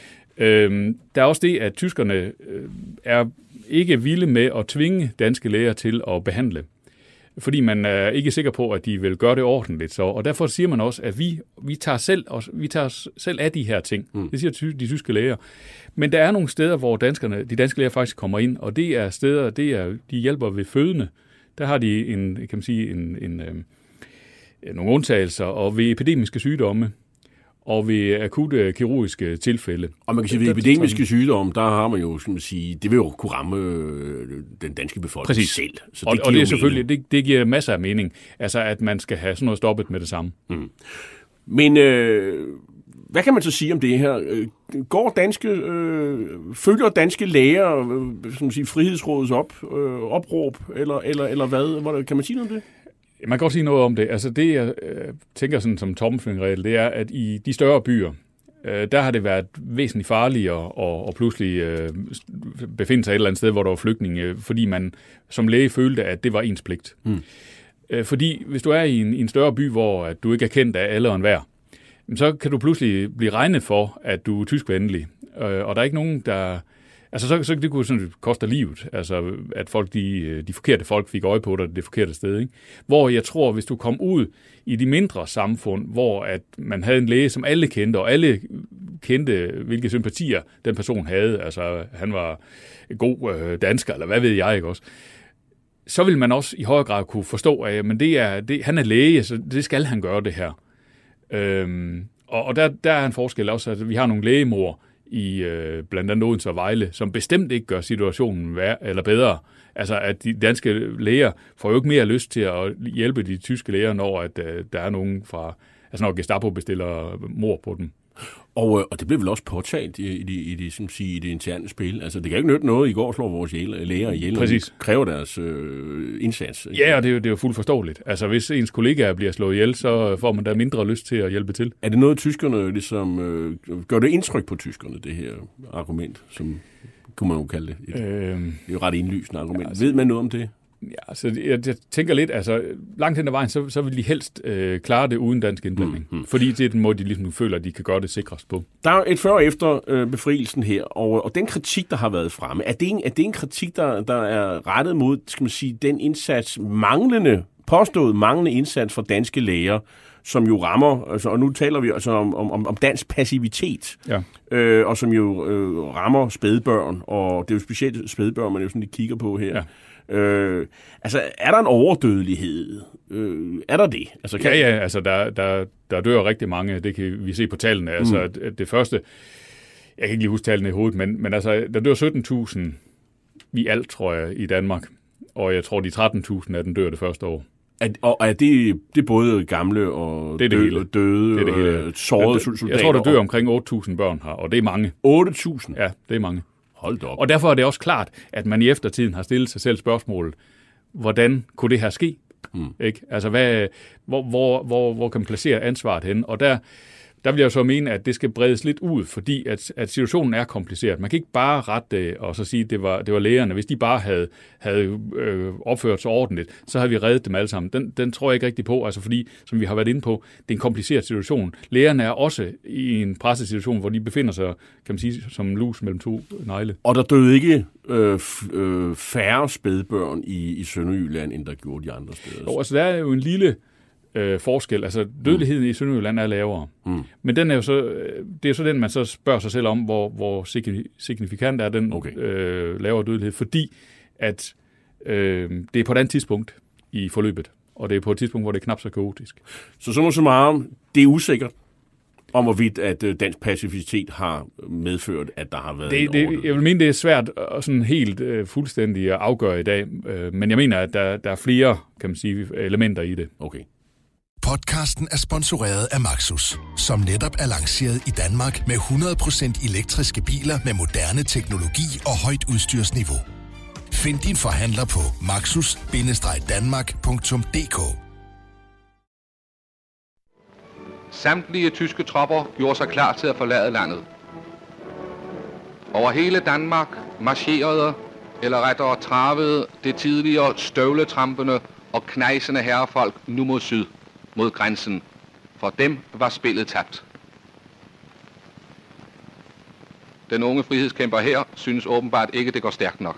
Øh, der er også det, at tyskerne øh, er ikke vilde med at tvinge danske læger til at behandle. Fordi man er ikke sikker på, at de vil gøre det ordentligt. Så. Og derfor siger man også, at vi, vi, tager selv, vi tager selv af de her ting. Mm. Det siger de tyske læger. Men der er nogle steder, hvor danskerne, de danske læger faktisk kommer ind, og det er steder, det er, de hjælper ved fødende. Der har de en, kan man sige, en, en, øh, nogle undtagelser, og ved epidemiske sygdomme, og ved akutte kirurgiske tilfælde. Og man kan sige, ved epidemiske sygdomme, der har man jo, skal man sige, det vil jo kunne ramme den danske befolkning Præcis. selv. Så det og, og det er selvfølgelig, det, det giver masser af mening, altså at man skal have sådan noget stoppet med det samme. Mm. Men øh, hvad kan man så sige om det her? Går danske, øh, følger danske læger, øh, som siger, frihedsrådets op, øh, opråb, eller, eller, eller hvad? hvad? Kan man sige noget om det? Man kan godt sige noget om det. Altså det, jeg øh, tænker sådan som tommelfingerregel, det er, at i de større byer, øh, der har det været væsentligt farligere at, at pludselig øh, befinde sig et eller andet sted, hvor der var flygtninge, fordi man som læge følte, at det var ens pligt. Mm. Øh, fordi hvis du er i en, i en større by, hvor at du ikke er kendt af alle og enhver, så kan du pludselig blive regnet for, at du er tyskvenlig. Øh, og der er ikke nogen, der... Altså, så, så det kunne sådan koste livet, altså, at folk, de, de forkerte folk fik øje på dig det forkerte sted, ikke? Hvor jeg tror, hvis du kom ud i de mindre samfund, hvor at man havde en læge, som alle kendte, og alle kendte, hvilke sympatier den person havde, altså, han var en god øh, dansker, eller hvad ved jeg, ikke også? Så vil man også i højere grad kunne forstå, at men det er, det, han er læge, så det skal han gøre det her. Øhm, og og der, der er en forskel også, at vi har nogle lægemor, i øh, blandt andet Odense og Vejle, som bestemt ikke gør situationen værre, eller bedre. Altså, at de danske læger får jo ikke mere lyst til at hjælpe de tyske læger, når at, øh, der er nogen fra, altså når Gestapo bestiller mord på dem. Og, øh, og det blev vel også påtalt i, i, de, i, de, som sige, i det interne spil. Altså, det kan ikke nytte noget, i går slår vores læger ihjel, og de kræver deres øh, indsats. Ja, og det er, jo, det er jo fuldt forståeligt. Altså, hvis ens kollegaer bliver slået ihjel, så får man da mindre lyst til at hjælpe til. Er det noget, tyskerne ligesom... Øh, gør det indtryk på tyskerne, det her argument, som kunne man jo kalde det? Et, øh, det er jo ret indlysende argument. Ja, altså, ved man noget om det? Ja, altså, jeg, jeg tænker lidt, altså langt hen ad vejen, så, så vil de helst øh, klare det uden dansk indblanding. Mm, mm. Fordi det er den måde, de ligesom føler, at de kan gøre det sikrest på. Der er et før og efter øh, befrielsen her, og, og den kritik, der har været fremme, er det en, er det en kritik, der, der er rettet mod, skal man sige, den indsats, manglende, påstået manglende indsats for danske læger, som jo rammer, altså, og nu taler vi altså om, om, om dansk passivitet, ja. øh, og som jo øh, rammer spædbørn, og det er jo specielt spædbørn, man jo sådan lidt kigger på her. Ja. Øh, altså, er der en overdødelighed? Øh, er der det? Altså, kan... Ja, ja, altså, der, der, der dør rigtig mange, det kan vi se på tallene. Mm. Altså, at, at det første, jeg kan ikke lige huske tallene i hovedet, men, men altså, der dør sytten tusind i alt, tror jeg, i Danmark, og jeg tror, de tretten tusind af den dør det første år. Er, og er det, det er både gamle og det er det døde, hele. døde det er det hele. og sårede soldater? Jeg tror, der dør omkring otte tusind børn her, og det er mange. otte tusind? Ja, det er mange. Hold da op. Og derfor er det også klart, at man i eftertiden har stillet sig selv spørgsmålet, hvordan kunne det her ske? Mm. Ikke? Altså, hvad, hvor, hvor, hvor, hvor kan man placere ansvaret hen? Og der, der vil jeg så mene, at det skal bredes lidt ud, fordi at, at situationen er kompliceret. Man kan ikke bare rette det og så sige, at det var, det var lægerne. Hvis de bare havde, havde øh, opført sig ordentligt, så havde vi reddet dem alle sammen. Den, den tror jeg ikke rigtig på, altså fordi, som vi har været inde på, det er en kompliceret situation. Lægerne er også i en presset situation, hvor de befinder sig, kan man sige, som lus mellem to negle. Og der døde ikke øh, øh, færre spædbørn i, i Sønderjylland, end der gjorde de andre steder? Jo, altså der er jo en lille øh, forskel. Altså dødeligheden mm. i Sønderjylland er lavere. Mm. Men den er jo så, det er jo så den, man så spørger sig selv om, hvor, hvor signifikant er den okay. øh, lavere dødelighed, fordi at øh, det er på et andet tidspunkt i forløbet, og det er på et tidspunkt, hvor det er knap så kaotisk. Så så så meget, det er usikkert, om hvorvidt at dansk pacificitet har medført, at der har været det, en det, Jeg vil mene, det er svært at sådan helt uh, fuldstændig at afgøre i dag, uh, men jeg mener, at der, der er flere, kan man sige, elementer i det. Okay. Podcasten er sponsoreret af Maxus, som netop er lanceret i Danmark med hundrede procent elektriske biler med moderne teknologi og højt udstyrsniveau. Find din forhandler på maxus bindestreg danmark punktum d k. Samtlige tyske tropper gjorde sig klar til at forlade landet. Over hele Danmark marcherede, eller rettere travede, det tidligere støvletrampende og knejsende herrefolk nu mod syd, mod grænsen. For dem var spillet tabt. Den unge frihedskæmper her synes åbenbart ikke, det går stærkt nok.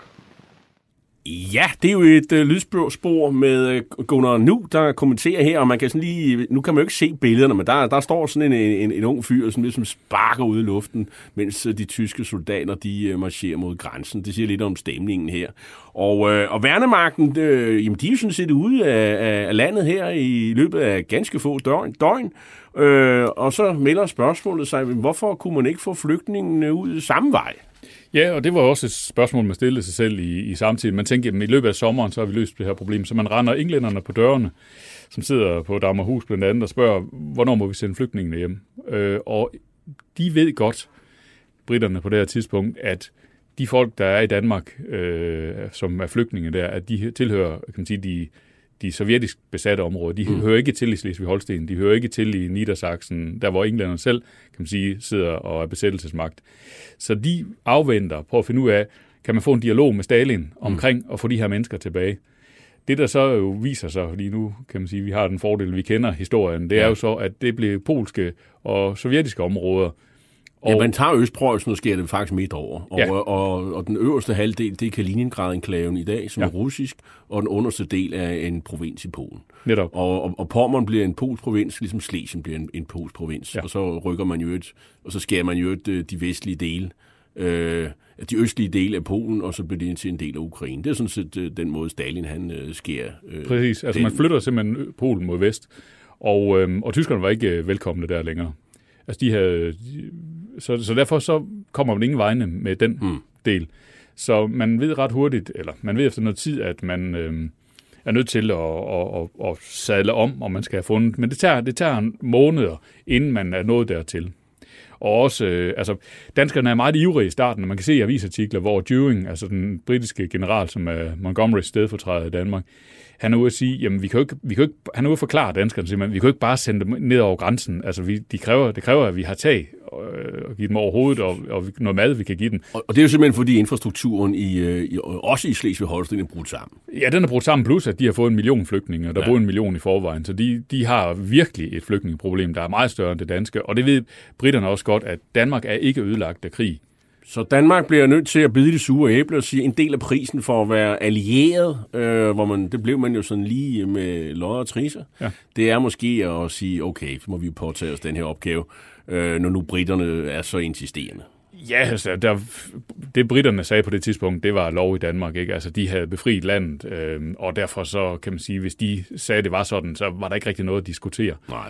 Ja, det er jo et øh, lydspor med øh, Gunnar Nu, der kommenterer her, og man kan sådan lige, nu kan man jo ikke se billederne, men der, der står sådan en, en, en ung fyr, som ligesom sparker ud i luften, mens øh, de tyske soldater, de øh, marcherer mod grænsen. Det siger lidt om stemningen her. Og, øh, og værnemagten, øh, jamen, de er jo sådan set ude af, af landet her i løbet af ganske få døgn. døgn. Øh, og så melder spørgsmålet sig, hvorfor kunne man ikke få flygtningene ud samme vej? Ja, og det var også et spørgsmål, man stillede sig selv i, i samtiden. Man tænkte, at i løbet af sommeren, så har vi løst det her problem. Så man render englænderne på dørene, som sidder på Dagmarhus blandt andet, og spørger, hvornår må vi sende flygtningene hjem? Øh, og de ved godt, britterne på det her tidspunkt, at de folk, der er i Danmark, øh, som er flygtninge der, at de tilhører, kan man sige, de, de sovjetisk besatte områder. De mm. hører ikke til i Slesvig-Holsten, de hører ikke til i Niedersachsen, der hvor englænderne selv, kan man sige, sidder og er besættelsesmagt. Så de afventer på at finde ud af, kan man få en dialog med Stalin omkring mm. at få de her mennesker tilbage. Det, der så jo viser sig, fordi nu kan man sige, vi har den fordel, vi kender historien, det er ja. jo så, at det blev polske og sovjetiske områder. Og ja, man tager Østpreussen og skærer det faktisk midt over. Og, ja. og, og, og den øverste halvdel, det er Kaliningrad-enklaven i dag, som ja. er russisk, og den underste del er en provins i Polen. Netop. Og, og, og Pommern bliver en polsk provins, ligesom Schlesien bliver en, en polsk provins. Ja. Og så rykker man jo et, og så skærer man jo et, de vestlige dele, øh, de østlige dele af Polen, og så bliver det til en del af Ukraine. Det er sådan set øh, den måde, Stalin han øh, skærer. Øh, Præcis, altså den. Man flytter simpelthen Polen mod vest, og, øh, og tyskerne var ikke øh, velkomne der længere. Altså de havde... De, Så, så derfor så kommer man ingen vegne med den mm. del. Så man ved ret hurtigt, eller man ved efter noget tid, at man øh, er nødt til at, at, at, at sadle om, om man skal have fundet. Men det tager, det tager måneder, inden man er nået dertil. Og også, øh, altså, danskerne er meget ivrige i starten, og man kan se i avisartikler, hvor Dewing, altså den britiske general, som er Montgomerys stedfortræder i Danmark, han er ude at sige, jamen vi kan jo ikke, vi kan jo ikke, han er ude at forklare danskerne, simpelthen, vi kan jo ikke bare sende dem ned over grænsen. Altså vi, de kræver, det kræver, at vi har tag og give dem over hovedet, og, og noget mad, vi kan give dem. Og, og det er jo simpelthen fordi infrastrukturen i, i også i Slesvig-Holsten er brudt sammen. Ja, den er brudt sammen, plus at de har fået en million flygtninge, og der ja. bor en million i forvejen. Så de, de har virkelig et flygtningeproblem, der er meget større end det danske. Og det ved britterne også godt, at Danmark er ikke ødelagt af krig. Så Danmark bliver nødt til at bide de sure æbler og sige, en del af prisen for at være allieret, øh, hvor man, det blev man jo sådan lige med lodder og triser, ja. det er måske at sige, okay, så må vi påtage os den her opgave, øh, når nu britterne er så insisterende. Ja, altså, der, det britterne sagde på det tidspunkt, det var lov i Danmark, ikke? Altså, de havde befriet landet, øh, og derfor så kan man sige, hvis de sagde, det var sådan, så var der ikke rigtig noget at diskutere. Nej.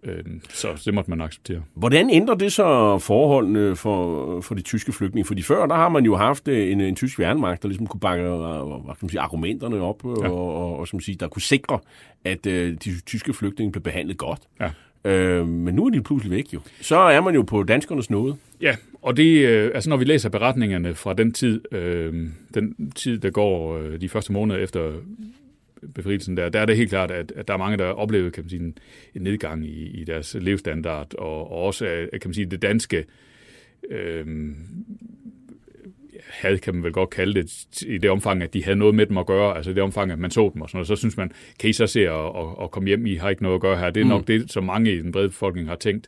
Så det måtte man acceptere. Hvordan ændrer det så forholdene for, for de tyske flygtninge? Fordi før, der har man jo haft en, en tysk værnemagt, der ligesom kunne bakke hvad kan man sige, argumenterne op, ja. og, og, og som sige, der kunne sikre, at øh, de tyske flygtninge blev behandlet godt. Ja. Øh, men nu er de pludselig væk jo. Så er man jo på danskernes nåde. Ja, og det, øh, altså når vi læser beretningerne fra den tid, øh, den tid, der går øh, de første måneder efter befrielsen der, der er det helt klart, at, at der er mange, der oplever, kan man sige, en, en nedgang i, i deres levestandard, og, og også, kan man sige, det danske øh, had, kan man vel godt kalde det, i det omfang, at de havde noget med dem at gøre, altså i det omfang, at man så dem og sådan noget, så synes man, kan I så se at, at, at komme hjem, I har ikke noget at gøre her. Det er mm. nok det, som mange i den brede befolkning har tænkt.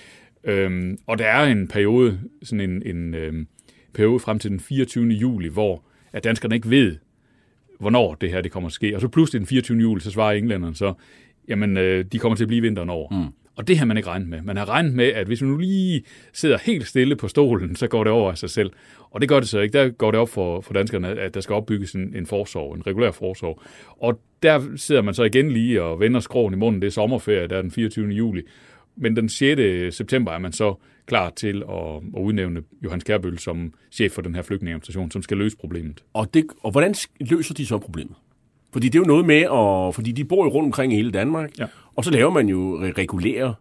Øhm, og der er en periode, sådan en, en øhm, periode frem til den fireogtyvende juli, hvor at danskerne ikke ved, hvornår det her det kommer til at ske. Og så pludselig den fireogtyvende juli, så svarer englænderne så, jamen, øh, de kommer til at blive vinteren over. Mm. Og det har man ikke regnet med. Man har regnet med, at hvis man nu lige sidder helt stille på stolen, så går det over af sig selv. Og det gør det så ikke. Der går det op for, for danskerne, at der skal opbygges en, en forsorg, en regulær forsorg. Og der sidder man så igen lige og vender skroen i munden. Det er sommerferie, der er den fireogtyvende juli. Men den sjette september er man så klar til at, at udnævne Johan Skærbøl som chef for den her flygtningeadministration, som skal løse problemet. Og, det, og hvordan løser de så problemet? Fordi det er jo noget med, at, fordi de bor jo rundt omkring i hele Danmark, ja. Og så laver man jo regulære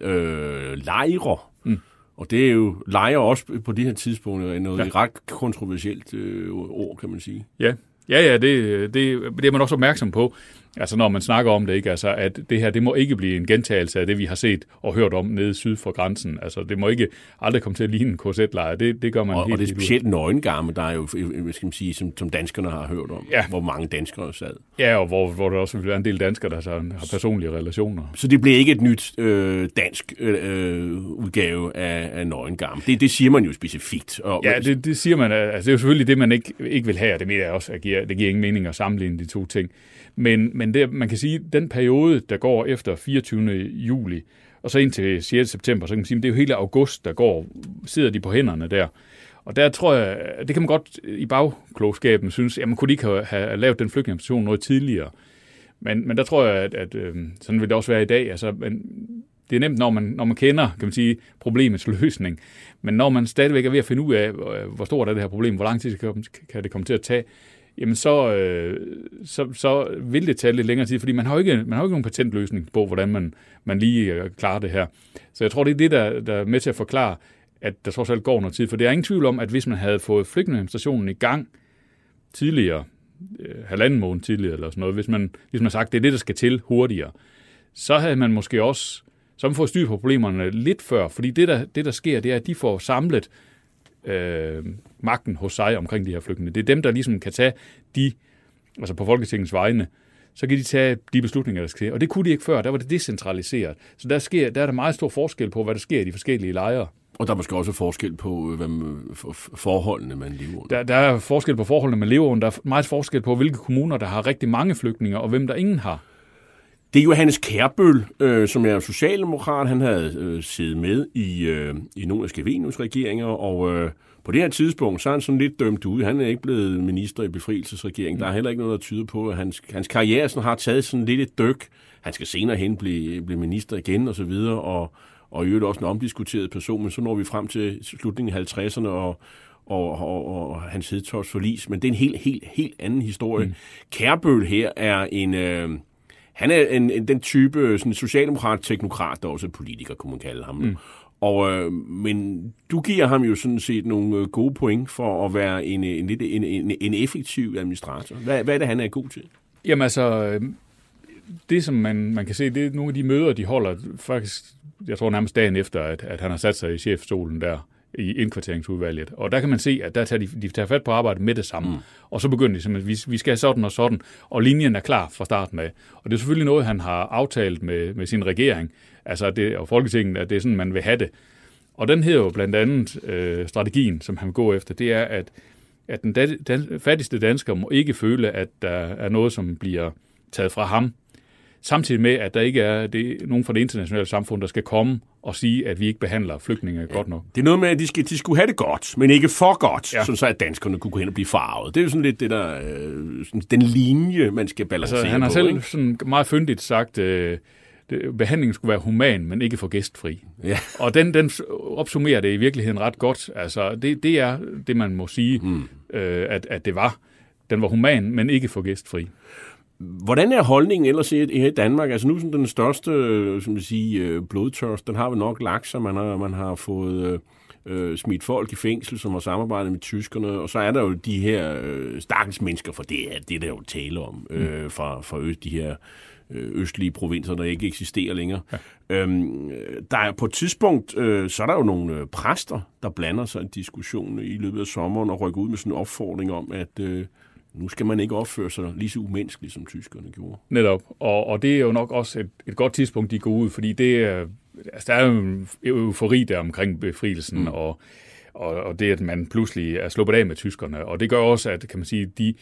øh, lejre. Mm. Og det er jo lejre også på det her tidspunkt noget ja. ret kontroversielt øh, ord, kan man sige. Ja, ja, ja det, det, det er man også opmærksom på. Altså når man snakker om det, ikke, altså at det her, det må ikke blive en gentagelse af det, vi har set og hørt om nede syd for grænsen. Altså det må ikke aldrig komme til at ligne en K Z-lejr. Det, det gør man og, helt. Og det er specielt nøgengarme, der er jo, hvad skal man sige, som, som danskerne har hørt om, ja. Hvor mange danskere sad. Ja, og hvor, hvor der også vil være en del danskere, der så har personlige relationer. Så det bliver ikke et nyt øh, dansk øh, udgave af, af nøgengarme. Det, det siger man jo specifikt. Og, ja, det, det siger man. Altså det er jo selvfølgelig det, man ikke, ikke vil have, og det mener jeg også, at giver, det giver ingen mening at sammenligne de to ting. Men, men det, man kan sige, den periode, der går efter fireogtyvende juli, og så indtil sjette september, så kan man sige, at det er jo hele august, der går, sidder de på hænderne der. Og der tror jeg, det kan man godt i bagklogskaben synes, at man kunne ikke have, have lavet den flygtningeadministration noget tidligere. Men, men der tror jeg, at, at sådan vil det også være i dag. Altså, men det er nemt, når man, når man kender, kan man sige, problemets løsning. Men når man stadigvæk er ved at finde ud af, hvor stort er det her problem, hvor lang tid kan det komme til at tage, jamen så, øh, så, så vil det tage lidt længere tid, fordi man har jo ikke, man har jo ikke nogen patentløsning på, hvordan man, man lige øh, klarer det her. Så jeg tror, det er det, der, der er med til at forklare, at der trods alt går noget tid. For det er ingen tvivl om, at hvis man havde fået flygtningeadministrationen i gang tidligere, øh, halvanden måned tidligere eller sådan noget, hvis man ligesom har sagt, det er det, der skal til hurtigere, så havde man måske også så man får styr på problemerne lidt før, fordi det, der, det, der sker, det er, at de får samlet Øh, magten hos sig omkring de her flygtninge. Det er dem, der ligesom kan tage de, altså på Folketingets vegne, så kan de tage de beslutninger, der sker. Og det kunne de ikke før, der var det decentraliseret. Så der, sker, der er der meget stor forskel på, hvad der sker i de forskellige lejre. Og der er måske også forskel på hvad man, forholdene, man lever under. Der, der er forskel på forholdene, man lever under. Der er meget forskel på, hvilke kommuner, der har rigtig mange flygtninge, og hvem der ingen har. Det er Johannes Skærbøl, øh, som er socialdemokrat. Han havde øh, siddet med i, øh, i nogle af Scavenius regeringer, og øh, på det her tidspunkt, så er han sådan lidt dømt ud. Han er ikke blevet minister i befrielsesregeringen. Mm. Der er heller ikke noget, der tyder på, at hans, hans karriere sådan har taget sådan lidt et dyk. Han skal senere hen blive, blive minister igen, og så videre, og, og i øvrigt også en omdiskuteret person, men så når vi frem til slutningen af halvtredserne, og Og, og, og Hans Hedtofts forlis, men det er en helt, helt, helt anden historie. Mm. Skærbøl her er en... Øh, Han er en, en, den type sådan socialdemokrat-teknokrat, der også er politiker, kunne man kalde ham. Mm. Og, øh, men du giver ham jo sådan set nogle gode point for at være en, en, en, en, en effektiv administrator. Hvad, hvad er det, han er god til? Jamen altså, det som man, man kan se, det er nogle af de møder, de holder faktisk, jeg tror nærmest dagen efter, at, at han har sat sig i chefstolen der i indkvarteringsudvalget. Og der kan man se, at der tager de, de tager fat på arbejdet med det samme. Mm. Og så begynder de simpelthen, at vi, vi skal have sådan og sådan, og linjen er klar fra starten af. Og det er selvfølgelig noget, han har aftalt med, med sin regering, altså det, og Folketinget, at det er sådan, man vil have det. Og den hedder jo blandt andet øh, strategien, som han vil gå efter, det er, at, at den, dan, den fattigste dansker må ikke føle, at der er noget, som bliver taget fra ham. Samtidig med, at der ikke er det, nogen fra det internationale samfund, der skal komme og sige, at vi ikke behandler flygtninge ja, godt nok. Det er noget med, at de, skal, de skulle have det godt, men ikke for godt, ja. Sådan så at danskerne kunne gå hen og blive farvet. Det er jo sådan lidt det der, øh, sådan, den linje, man skal balancere altså, han har på, selv ikke? Sådan meget fyndigt sagt, øh, det, behandlingen skulle være human, men ikke for gæstfri. Ja. Og den, den opsummerer det i virkeligheden ret godt. Altså, det, det er det, man må sige, mm. øh, at, at det var. Den var human, men ikke for gæstfri. Hvordan er holdningen ellers i Danmark? Altså nu sådan den største som vil sige, blodtørst, den har vi nok lagt sig. Man har, man har fået øh, smidt folk i fængsel, som har samarbejdet med tyskerne, og så er der jo de her øh, stakkels mennesker, for det er det, er der jo tale om, øh, fra, fra øst, de her østlige provinser, der ikke eksisterer længere. Ja. Øhm, der er på et tidspunkt, øh, så er der jo nogle øh, præster, der blander sig i diskussionen i løbet af sommeren og rykker ud med sådan en opfordring om, at øh, nu skal man ikke opføre sig lige så umenneskeligt, som tyskerne gjorde. Netop, og, og det er jo nok også et, et godt tidspunkt, de går ud, fordi det er, altså, der er jo en eufori der omkring befrielsen, mm. og, og, og det, at man pludselig er sluppet af med tyskerne, og det gør også, at kan man sige, de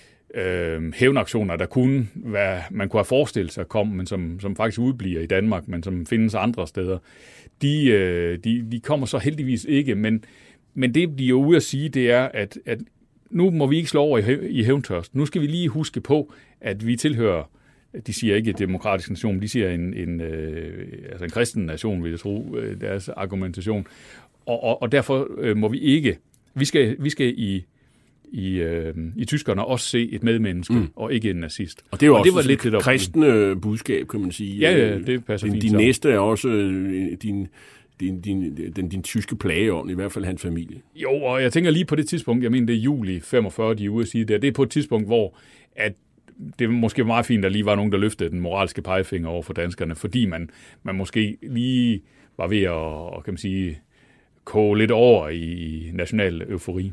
Øh, hævnaktioner, der kunne være, man kunne have forestillet sig kom, men som, som faktisk udbliver i Danmark, men som findes andre steder, de, øh, de, de kommer så heldigvis ikke, men, men det de er jo ude at sige, det er, at, at nu må vi ikke slå over i, i hævntørst. Nu skal vi lige huske på, at vi tilhører, de siger ikke demokratisk nation, de siger en, en, øh, altså en kristen nation, vil jeg tro, øh, deres argumentation, og, og, og derfor øh, må vi ikke, vi skal, vi skal i I, øh, i tyskerne også se et medmenneske, mm. og ikke en nazist. Og det er jo og også det var lidt et kristne budskab, kan man sige. Ja, ja, det passer din, fint. Din næste er også din, din, din, din, din tyske plageånd, i hvert fald hans familie. Jo, og jeg tænker lige på det tidspunkt, jeg mener det er juli femogfyrre, de er ude at sige det, det er på et tidspunkt, hvor at det måske var meget fint, at der lige var nogen, der løftede den moralske pegefinger over for danskerne, fordi man, man måske lige var ved at, kan man sige, koge lidt over i national eufori.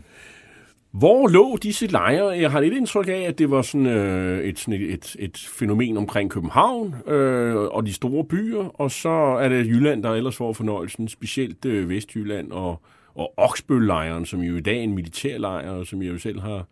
Hvor lå disse lejre? Jeg har lidt indtryk af, at det var sådan, øh, et, sådan et, et, et fænomen omkring København øh, og de store byer, og så er det Jylland, der ellers får fornøjelsen, specielt øh, Vestjylland og, og Oksbøl-lejren, som jo i dag er en militærlejr, som jeg jo selv har,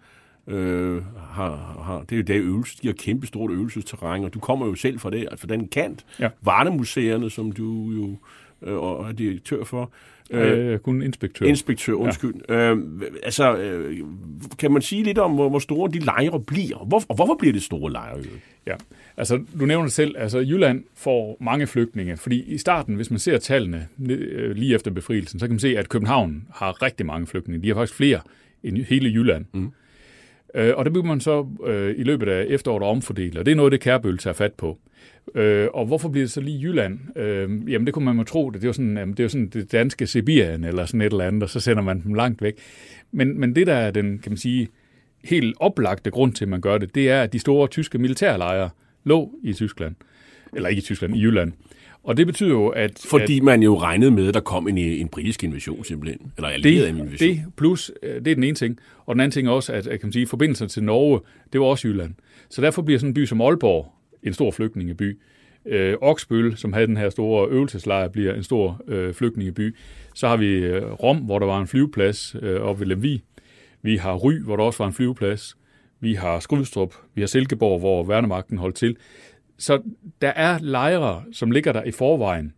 øh, har, har. Det er jo der øvelse, de har kæmpe stort øvelsesterræn, og du kommer jo selv fra, det, fra den kant. Ja. Varnemuseerne, som du jo øh, er direktør for. Øh, kun inspektør. Inspektør, undskyld. Ja. Øh, altså, øh, kan man sige lidt om, hvor, hvor store de lejre bliver? Hvor, og hvorfor bliver det store lejre? Ja, altså, du nævner det selv. Altså, Jylland får mange flygtninge, fordi i starten, hvis man ser tallene øh, lige efter befrielsen, så kan man se, at København har rigtig mange flygtninge. De har faktisk flere end hele Jylland. Mm. Øh, og det bliver man så øh, i løbet af efteråret omfordele, og det er noget, det Kærbøl tager fat på. Øh, og hvorfor bliver det så lige Jylland? Øh, jamen det kunne man jo tro, det er jo sådan, jamen, det er jo sådan det danske Sibirien eller sådan et eller andet, og så sender man dem langt væk. Men, men det der er den, kan man sige, helt oplagte grund til, at man gør det, det er, at de store tyske militærlejre lå i Tyskland, eller ikke i Tyskland, i Jylland. Og det betyder jo, at... Fordi at, man jo regnede med, at der kom en, en britisk invasion simpelthen, eller allieret det, invasion. Det plus, det er den ene ting. Og den anden ting er også, at, at kan man sige, forbindelser til Norge, det var også Jylland. Så derfor bliver sådan en by som Aalborg en stor flygtningeby. Øh, Oksbøl, som havde den her store øvelseslejr, bliver en stor øh, flygtningeby. Så har vi øh, Rom, hvor der var en flyveplads øh, oppe ved Lemvig. Vi har Ry, hvor der også var en flyveplads. Vi har Skrydstrup. Vi har Silkeborg, hvor værnemagten holdt til. Så der er lejre, som ligger der i forvejen,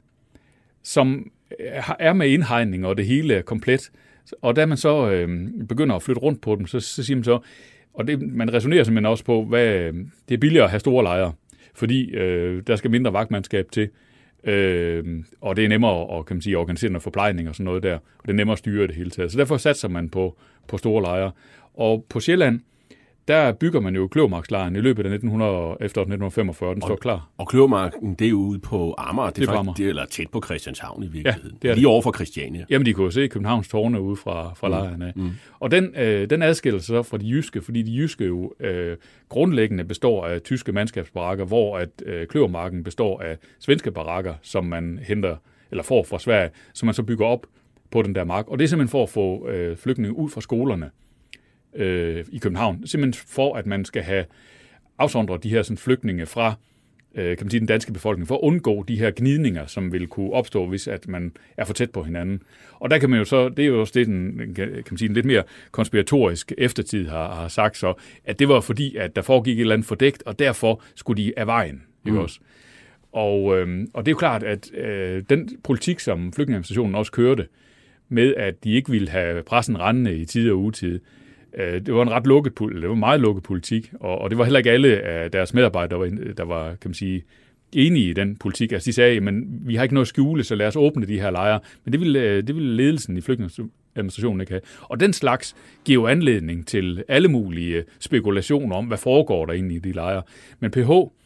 som er med indhegning, og det hele er komplet. Og da man så øh, begynder at flytte rundt på dem, så, så siger man så, og det, man resonerer simpelthen også på, hvad det er billigere at have store lejre, fordi øh, der skal mindre vagtmandskab til, øh, og det er nemmere at, kan man sige, organisere noget forplejning og sådan noget der, og det er nemmere at styre det hele taget. Så derfor satser man på, på store lejre. Og på Sjælland, der bygger man jo Kløvermarkslejren i løbet af nitten hundrede, efter nitten femogfyrre, den og, står klar. Og Kløvermarken, det er jo ude på Amager, det er, det er faktisk, det er, eller tæt på Christianshavn i virkeligheden. Ja, det er Lige det. Over for Christiania. Jamen, de kunne jo se Københavns tårne ude fra, fra mm. lejren af. Mm. Og den, øh, den adskiller sig så fra de jyske, fordi de jyske jo øh, grundlæggende består af tyske mandskabsbarakker, hvor at øh, Kløvermarken består af svenske barakker, som man henter, eller får fra Sverige, som man så bygger op på den der mark. Og det er simpelthen for at få øh, flygtninge ud fra skolerne øh, i København. Simpelthen for, at man skal have afsondret de her sådan, flygtninge fra øh, kan man sige, den danske befolkning, for at undgå de her gnidninger, som vil kunne opstå, hvis at man er for tæt på hinanden. Og der kan man jo så, det er jo også det, den, kan man sige, en lidt mere konspiratorisk eftertid har, har sagt så, at det var fordi, at der foregik et eller andet fordækt, og derfor skulle de af vejen. Mm. Også? Og, øh, og det er jo klart, at øh, den politik, som flygtningeadministrationen også kørte, med at de ikke ville have pressen rendende i tid og utid, øh, det var en ret lukket, det var en meget lukket politik, og, og det var heller ikke alle af deres medarbejdere, der var, der var kan man sige, enige i den politik. Altså de sagde, men vi har ikke noget at skjule, så lad os åbne de her lejre. Men det ville, det ville ledelsen i flygtningeadministrationen ikke have. Og den slags giver jo anledning til alle mulige spekulationer om, hvad foregår der egentlig i de lejre. Men P H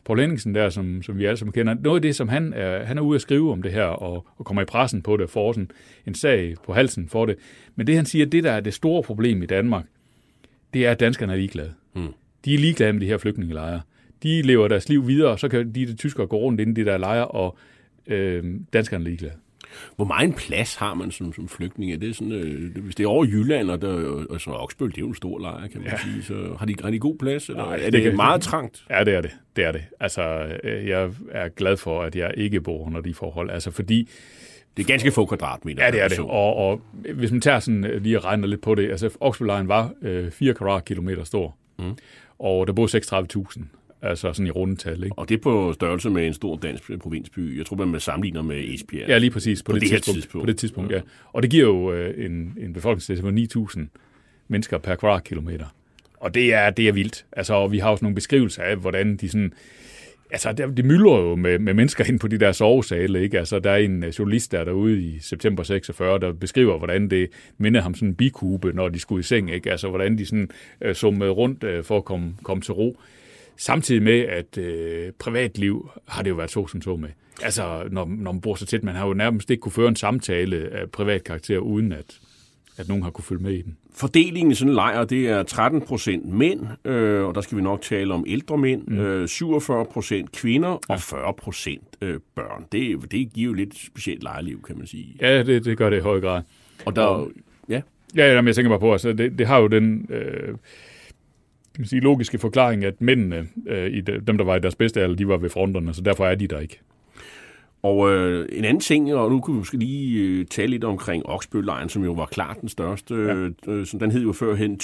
Poul Henningsen der, som, som vi alle sammen kender, noget af det, som han er, han er ude at skrive om det her, og, og kommer i pressen på det, og får sådan en sag på halsen for det. Men det han siger, det der er det store problem i Danmark, det er, at danskerne er ligeglade. Hmm. De er ligeglade med de her flygtningelejre. De lever deres liv videre, og så kan de, de tyskere gå rundt inden de der lejre, og øh, danskerne er ligeglade. Hvor meget plads har man som, som flygtning? Er det sådan, øh, hvis det er over Jylland, og, der, og så Oksbøl, det er jo en stor lejr, kan man ja. sige. Så har de, har de god plads? Eller Nej, er det, det meget trangt? Ja, det er det. Det er det. Altså, jeg er glad for, at jeg ikke bor under de forhold. Altså, fordi... Det er ganske få kvadratmeter. Ja, det er det. Og, og hvis man tager sådan lige og regner lidt på det, altså Oksbøllejren var øh, fire kvadratkilometer stor, mm. og der boede seksogtredive tusind. Altså sådan i rundetal, ikke? Og det er på størrelse med en stor dansk provinsby. Jeg tror, man sammenligner med Esbjerg. Ja, lige præcis. På, på det, det tidspunkt, tidspunkt. På det tidspunkt, ja. ja. Og det giver jo øh, en, en befolkningstæt på ni tusind mennesker per kvadratkilometer. Og det er, det er vildt. Altså, og vi har også nogle beskrivelser af, hvordan de sådan... Altså, det, det myldrer jo med, med mennesker ind på de der sovesale, ikke? Altså, der er en journalist der derude i september seksogfyrre, der beskriver, hvordan det minder ham sådan en bikube, når de skulle i seng, ikke? Altså, hvordan de sådan øh, summede rundt øh, for at komme, komme til ro. Samtidig med, at øh, privatliv har det jo været så som så med. Altså, når, når man bor så tæt, man har jo nærmest ikke kunne føre en samtale af privat karakter, uden at, at nogen har kunne følge med i den. Fordelingen i sådan en lejr, det er tretten procent mænd, øh, og der skal vi nok tale om ældre mænd, mm. øh, syvogfyrre procent kvinder ja. og fyrre procent øh, børn. Det, det giver jo lidt specielt lejrliv, kan man sige. Ja, det, det gør det i høj grad. Og der... Og, ja? Ja, jeg tænker bare på, altså, det, det har jo den... Øh, kan man sige, logiske forklaring, at mændene, øh, i de, dem der var i deres bedste alder, de var ved fronterne, så derfor er de der ikke. Og øh, en anden ting, og nu kan vi måske lige øh, tale lidt omkring Oksbøllejren, som jo var klart den største, ja. øh, som den hed jo førhen,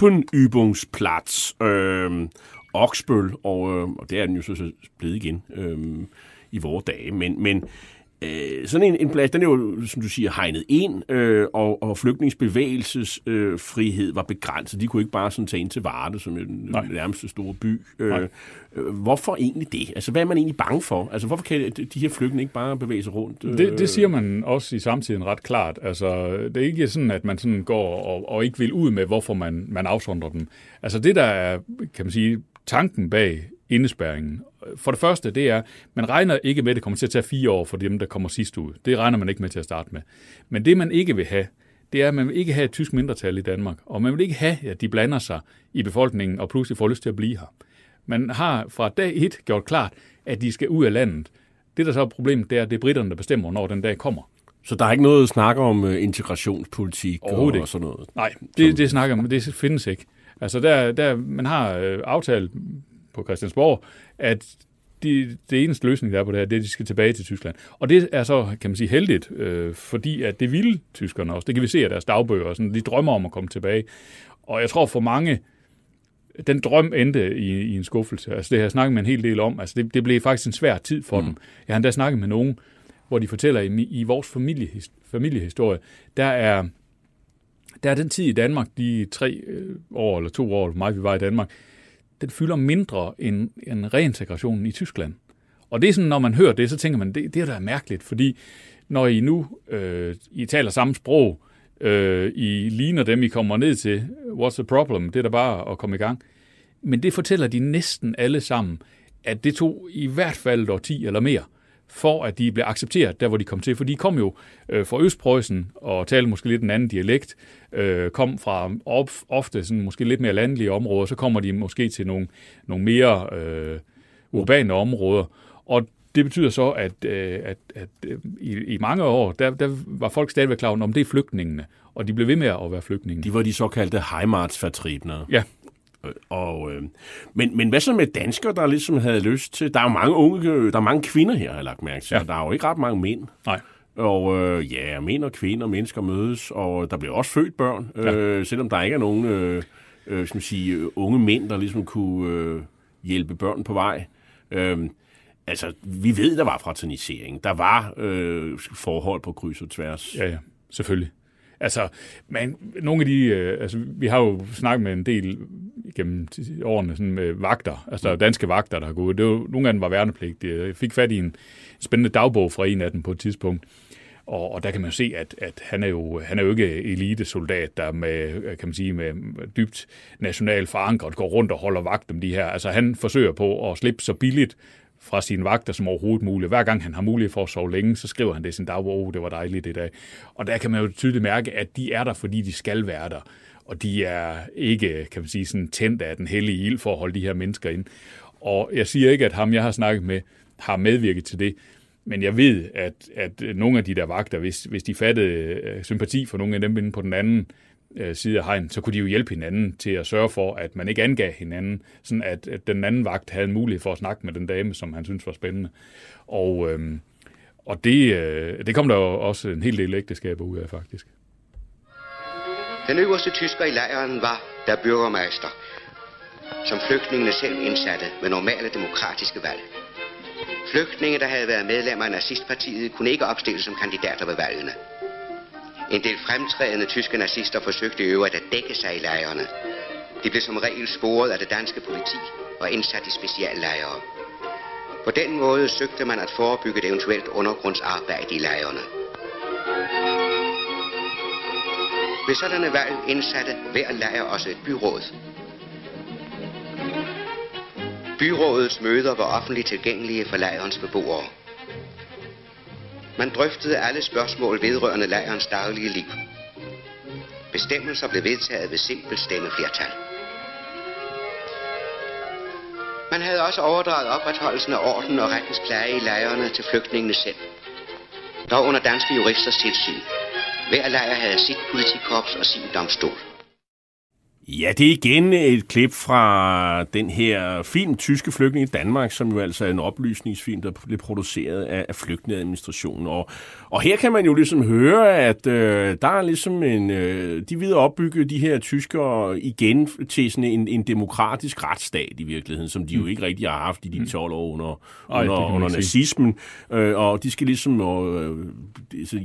Truppenübungsplatz øh, Oksbøl, og, øh, og det er den jo så, så blevet igen øh, i vore dage, men... men Øh, sådan en, en plads, den er jo, som du siger, hegnet ind, øh, og, og flygtningsbevegelsesfrihed øh, var begrænset. De kunne ikke bare sådan tage ind til Varde, som er den Nej. nærmeste store by. Øh, hvorfor egentlig det? Altså, hvad er man egentlig bange for? Altså, hvorfor kan de her flygtninge ikke bare bevæge sig rundt? Øh? Det, det siger man også i samtiden ret klart. Altså, det er ikke sådan, at man sådan går og, og ikke vil ud med, hvorfor man, man afsondrer dem. Altså, det der er, kan man sige, tanken bag indespærringen. For det første, det er, man regner ikke med, at det kommer til at tage fire år for dem, der kommer sidst ud. Det regner man ikke med til at starte med. Men det, man ikke vil have, det er, at man vil ikke have et tysk mindretal i Danmark. Og man vil ikke have, at de blander sig i befolkningen og pludselig får lyst til at blive her. Man har fra dag et gjort klart, at de skal ud af landet. Det, der så er problemet, det er, at det er britterne, der bestemmer, når den dag kommer. Så der er ikke noget at snakke om uh, integrationspolitik og, og sådan noget? Nej, det, det snakker man, det findes ikke. Altså, der, der, man har øh, aftalt på Christiansborg, at de, det eneste løsning, der er på det her, det er, at de skal tilbage til Tyskland. Og det er så, kan man sige, heldigt, øh, fordi at det ville tyskerne også. Det kan vi se af deres dagbøger, sådan, de drømmer om at komme tilbage. Og jeg tror for mange, den drøm endte i, i en skuffelse. Altså det har jeg snakket med en hel del om. Altså det, det blev faktisk en svær tid for mm. dem. Jeg har endda snakket med nogen, hvor de fortæller, i, i vores familiehis, familiehistorie, der er, der er den tid i Danmark, de tre år eller to år, mig vi var i Danmark, den fylder mindre end, end reintegrationen i Tyskland. Og det er sådan, når man hører det, så tænker man, det, det er da mærkeligt, fordi når I nu øh, I taler samme sprog, øh, I ligner dem, I kommer ned til, what's the problem? Det er da bare at komme i gang. Men det fortæller de næsten alle sammen, at det tog i hvert fald et årti eller mere, for at de blev accepteret der, hvor de kom til. For de kom jo øh, fra Østpreussen og talte måske lidt en anden dialekt, øh, kom fra op, ofte sådan, måske lidt mere landlige områder, så kommer de måske til nogle, nogle mere øh, urbane områder. Og det betyder så, at, øh, at, at øh, i, i mange år, der, der var folk stadigvæk klar om, det er flygtningene, og de blev ved med at være flygtninge. De var de såkaldte Heimatsvertriebene. Ja. Og, øh, men, men hvad så med danskere, der ligesom havde lyst til... Der er jo mange unge, der er mange kvinder her, har jeg lagt mærke til. Ja. Der er jo ikke ret mange mænd. Nej. Og øh, ja, mænd og kvinder, mennesker mødes, og der bliver også født børn, ja. øh, selvom der ikke er nogen øh, øh, skal man sige, unge mænd, der ligesom kunne øh, hjælpe børn på vej. Øh, altså, vi ved, der var fraternisering. Der var øh, forhold på kryds og tværs. Ja, ja, selvfølgelig. Altså, men nogle af de, øh, altså, vi har jo snakket med en del gennem årene sådan med vagter, altså danske vagter, der har gået. Det var, nogle af dem var værnepligtige. Jeg fik fat i en spændende dagbog fra en af dem på et tidspunkt, Og, og der kan man jo se, at, at han, er jo, han er jo ikke elitesoldat, der med, kan man sige, med dybt national forankret går rundt og holder vagt om de her. Altså han forsøger på at slippe så billigt fra sine vagter som overhovedet muligt. Hver gang han har mulighed for at sove længe, så skriver han det i sin dagbog, oh, det var dejligt i dag. Og der kan man jo tydeligt mærke, at de er der, fordi de skal være der. Og de er ikke, kan man sige, sådan tændt af den hellige ild for at holde de her mennesker ind. Og jeg siger ikke, at ham, jeg har snakket med, har medvirket til det. Men jeg ved, at, at nogle af de der vagter, hvis, hvis de fattede sympati for nogle af dem inde på den anden øh, side af hegn, så kunne de jo hjælpe hinanden til at sørge for, at man ikke angav hinanden, sådan at, at den anden vagt havde en mulighed for at snakke med den dame, som han synes var spændende. Og, øh, og det, øh, det kom der jo også en hel del ægteskaber ud af, faktisk. Den øverste tysker i lejren var der Bürgermeister, som flygtningene selv indsatte ved normale demokratiske valg. Flygtninge, der havde været medlemmer af nazistpartiet, kunne ikke opstille som kandidater ved valgene. En del fremtrædende tyske nazister forsøgte i øvrigt at dække sig i lejrene. De blev som regel sporet af det danske politi og indsat i speciallejre. På den måde søgte man at forebygge et eventuelt undergrundsarbejde i lejrene. Ved sådanne valg indsatte hver lejr også et byråd. Byrådets møder var offentligt tilgængelige for lejrens beboere. Man drøftede alle spørgsmål vedrørende lejrens daglige liv. Bestemmelser blev vedtaget ved simpelt stemmeflertal. Man havde også overdraget opretholdelsen af orden og rettens pleje i lejrene til flygtningene selv. Dog under danske juristers tilsyn. Hver lejr havde sit politikorps og sin domstol. Ja, det er igen et klip fra den her film, Tyske Flygtninge i Danmark, som jo altså er en oplysningsfilm, der blev produceret af, af flygtningeadministrationen. Og, og her kan man jo ligesom høre, at øh, der er ligesom en, øh, de vil opbygge de her tyskere igen til sådan en, en demokratisk retsstat i virkeligheden, som de jo ikke rigtig har haft i de tolv år under, Ej, under, under nazismen. Øh, og de skal ligesom... Øh, så,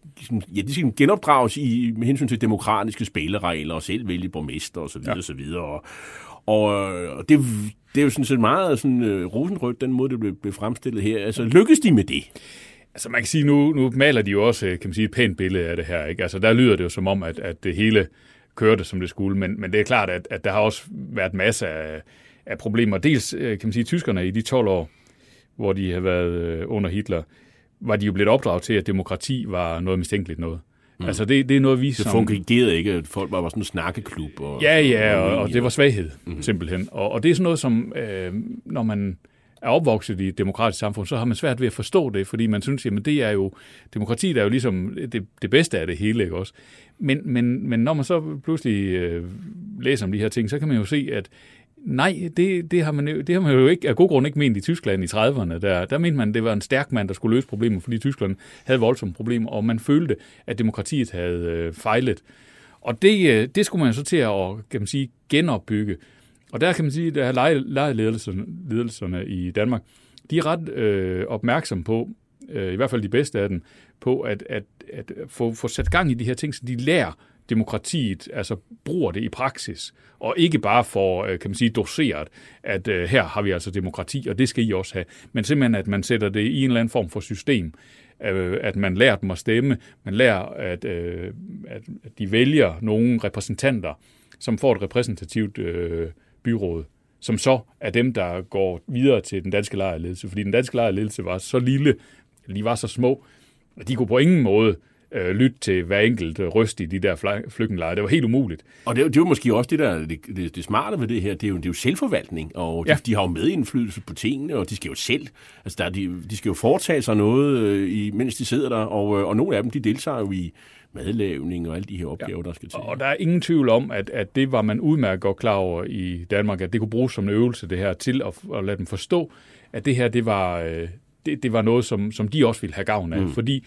ja, de skal genopdrages i, med hensyn til demokratiske spilleregler og selv vælge borgmester og så videre, ja. og så videre. Og, og, og det, det er jo sådan set meget sådan, uh, rosenrødt, den måde, det blev, blev fremstillet her. Altså, lykkes de med det? Altså, man kan sige, nu, nu maler de jo også, kan man sige, et pænt billede af det her, ikke? Altså, der lyder det jo som om, at, at det hele kørte, som det skulle, men, men det er klart, at, at der har også været masser af, af problemer. Dels, kan man sige, tyskerne i de tolv år, hvor de har været under Hitler, var de jo blevet opdraget til, at demokrati var noget mistænkeligt noget. Mm. Altså det, det er noget, vi som... Det fungerede ikke, at folk var sådan en snakkeklub. Og, ja, ja, og, og det var svaghed, mm. simpelthen. Og, og det er sådan noget, som øh, når man er opvokset i et demokratisk samfund, så har man svært ved at forstå det, fordi man synes, at det er jo, demokrati er jo ligesom det, det bedste af det hele, ikke også? Men, men, men når man så pludselig øh, læser om de her ting, så kan man jo se, at nej, det, det, har man jo, det har man jo ikke, af god grund ikke ment i Tyskland i trediverne. Der, der mente man, det var en stærk mand, der skulle løse problemer, fordi Tyskland havde voldsomme problemer, og man følte, at demokratiet havde øh, fejlet. Og det, det skulle man så til at, kan man sige, genopbygge. Og der kan man sige, at lejrledelserne ledelserne i Danmark, de er ret øh, opmærksomme på, øh, i hvert fald de bedste af dem, på at, at, at få, få sat gang i de her ting, så de lærer demokratiet, altså bruger det i praksis, og ikke bare for, kan man sige, doseret, at uh, her har vi altså demokrati, og det skal I også have, men simpelthen, at man sætter det i en eller anden form for system, uh, at man lærer dem at stemme, man lærer, at, uh, at de vælger nogle repræsentanter, som får et repræsentativt uh, byråd, som så er dem, der går videre til den danske lejrledelse, fordi den danske lejrledelse var så lille, de var så små, at de kunne på ingen måde øh, lytte til hver enkelt røst i de der flygtningelejre. Det var helt umuligt. Og det, det var måske også det, der det, det, det smarte ved det her. Det er jo, det er jo selvforvaltning, og de, ja. de har jo medindflydelse på tingene, og de skal jo selv, altså der, de, de skal jo foretage sig noget, øh, i, mens de sidder der, og, øh, og nogle af dem, de deltager jo i madlavning og alle de her opgaver, ja. der skal til. Og der er ingen tvivl om, at, at det var man udmærket godt klar over i Danmark, at det kunne bruges som en øvelse, det her, til at, at lade dem forstå, at det her, det var, øh, det, det var noget, som, som de også ville have gavn af. Mm. Fordi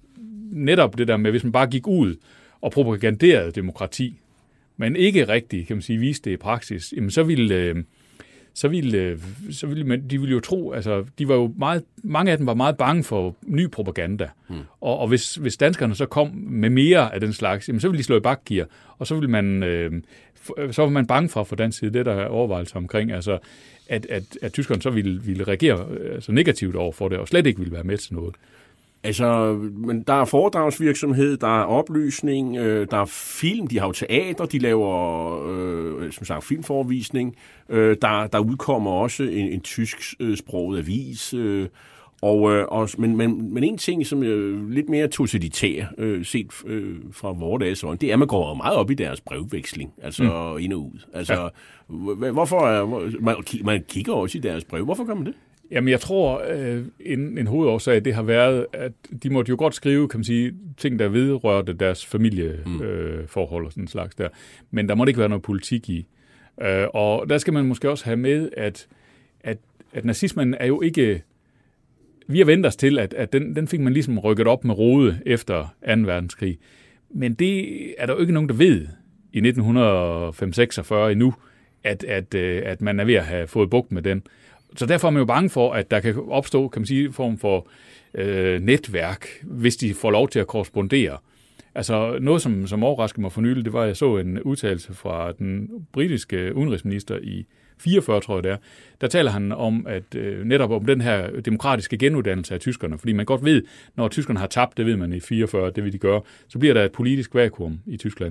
netop det der med, hvis man bare gik ud og propaganderede demokrati, men ikke rigtig, kan man sige, viste det i praksis, jamen så ville, øh, så ville, øh, så ville man, de ville jo tro, altså de var jo meget, mange af dem var meget bange for ny propaganda. Mm. Og, og hvis, hvis danskerne så kom med mere af den slags, jamen så ville de slå i bakgear, og så ville man, øh, så var man bange for fra dansk side, det der er overvejelser omkring, altså at, at, at tyskerne så ville, ville reagere altså negativt over for det, og slet ikke ville være med til noget. Altså, men der er foredragsvirksomhed, der er oplysning, øh, der er film, de har jo teater, de laver øh, som sagt filmforevisning. Øh, der, der udkommer også en, en tysksproget avis. Øh, og, øh, og, men, men, men en ting, som er lidt mere totalitær, øh, set øh, fra vores dages øjne, det er, at man går meget op i deres brevveksling, altså mm. ind og ud. Altså, ja. hvorfor er, man, man kigger også i deres brev. Hvorfor gør man det? Jamen, jeg tror, øh, en, en hovedårsag, det har været, at de måtte jo godt skrive, kan man sige, ting, der vedrørte deres familieforhold mm. øh, og sådan en slags der. Men der må ikke være noget politik i. Øh, og der skal man måske også have med, at, at, at nazismen er jo ikke... Vi har vendt os til, at, at den, den fik man ligesom rykket op med rode efter anden verdenskrig. Men det er der jo ikke nogen, der ved i nitten seksogfyrre endnu, at, at, at man er ved at have fået bugt med den. Så derfor er man jo bange for, at der kan opstå, kan man sige, en form for øh, netværk, hvis de får lov til at korrespondere. Altså noget, som, som overraskede mig for nylig, det var, at jeg så en udtalelse fra den britiske udenrigsminister i fireogfyrre, tror jeg det er. Der taler han om, at øh, netop om den her demokratiske genuddannelse af tyskerne, fordi man godt ved, når tyskerne har tabt, det ved man i fireogfyrre, det vil de gøre, så bliver der et politisk vakuum i Tyskland.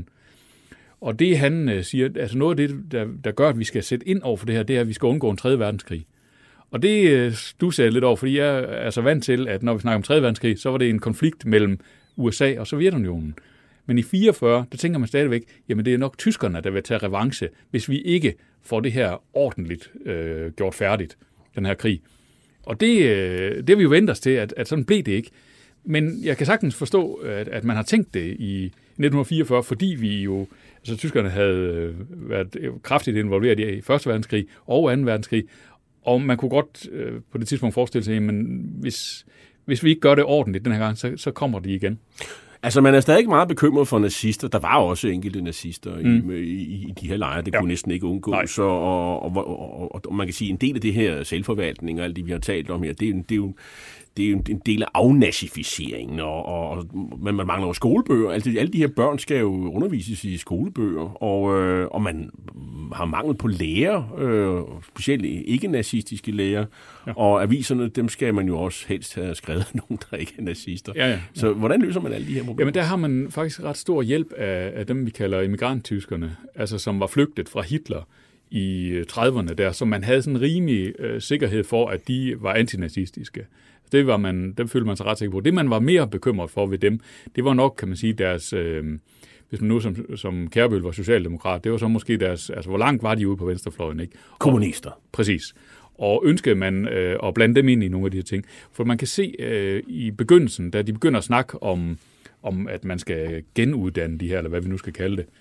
Og det han øh, siger, altså noget af det, der, der gør, at vi skal sætte ind over for det her, det er, at vi skal undgå en tredje verdenskrig. Og det øh, stusser jeg lidt over, fordi jeg er så vant til, at når vi snakker om tredje verdenskrig, så var det en konflikt mellem U S A og Sovjetunionen. Men i fireogfyrre, der tænker man stadigvæk, jamen det er nok tyskerne, der vil tage revanche, hvis vi ikke får det her ordentligt øh, gjort færdigt, den her krig. Og det, øh, det har vi jo vendt os til, at, at sådan blev det ikke. Men jeg kan sagtens forstå, at, at man har tænkt det i nitten fireogfyrre, fordi vi jo, altså tyskerne havde været kraftigt involveret i første verdenskrig og anden verdenskrig, og man kunne godt øh, på det tidspunkt forestille sig, men hvis, hvis vi ikke gør det ordentligt den her gang, så, så kommer de igen. Altså, man er stadig meget bekymret for nazister. Der var også enkelte nazister mm. i, i, i de her lejre. Det ja. kunne næsten ikke undgås. Så, og, og, og, og, og man kan sige, en del af det her selvforvaltning og alt det, vi har talt om her, det er, det er jo det er jo en del af afnazificeringen, og, og man, man mangler jo skolebøger. Altså, alle de her børn skal jo undervises i skolebøger, og, øh, og man har mangel på lærer, øh, specielt ikke-nazistiske lærer, ja. Og aviserne, dem skal man jo også helst have skrevet nogen, der ikke er nazister. Ja, ja, ja. Så hvordan løser man alle de her problemer? Jamen, der har man faktisk ret stor hjælp af, af dem, vi kalder immigranttyskerne, altså som var flygtet fra Hitler i trediverne der, så man havde sådan en rimelig øh, sikkerhed for, at de var antinazistiske. Det var man, dem følte man sig ret sikker på. Det, man var mere bekymret for ved dem, det var nok, kan man sige, deres, øh, hvis man nu som, som Kjærbøl var socialdemokrat, det var så måske deres, altså hvor langt var de ude på venstrefløjen, ikke? Kommunister. Og, præcis. Og ønskede man øh, at blande dem ind i nogle af de her ting. For man kan se øh, i begyndelsen, da de begynder at snakke om, om, at man skal genuddanne de her, eller hvad vi nu skal kalde det,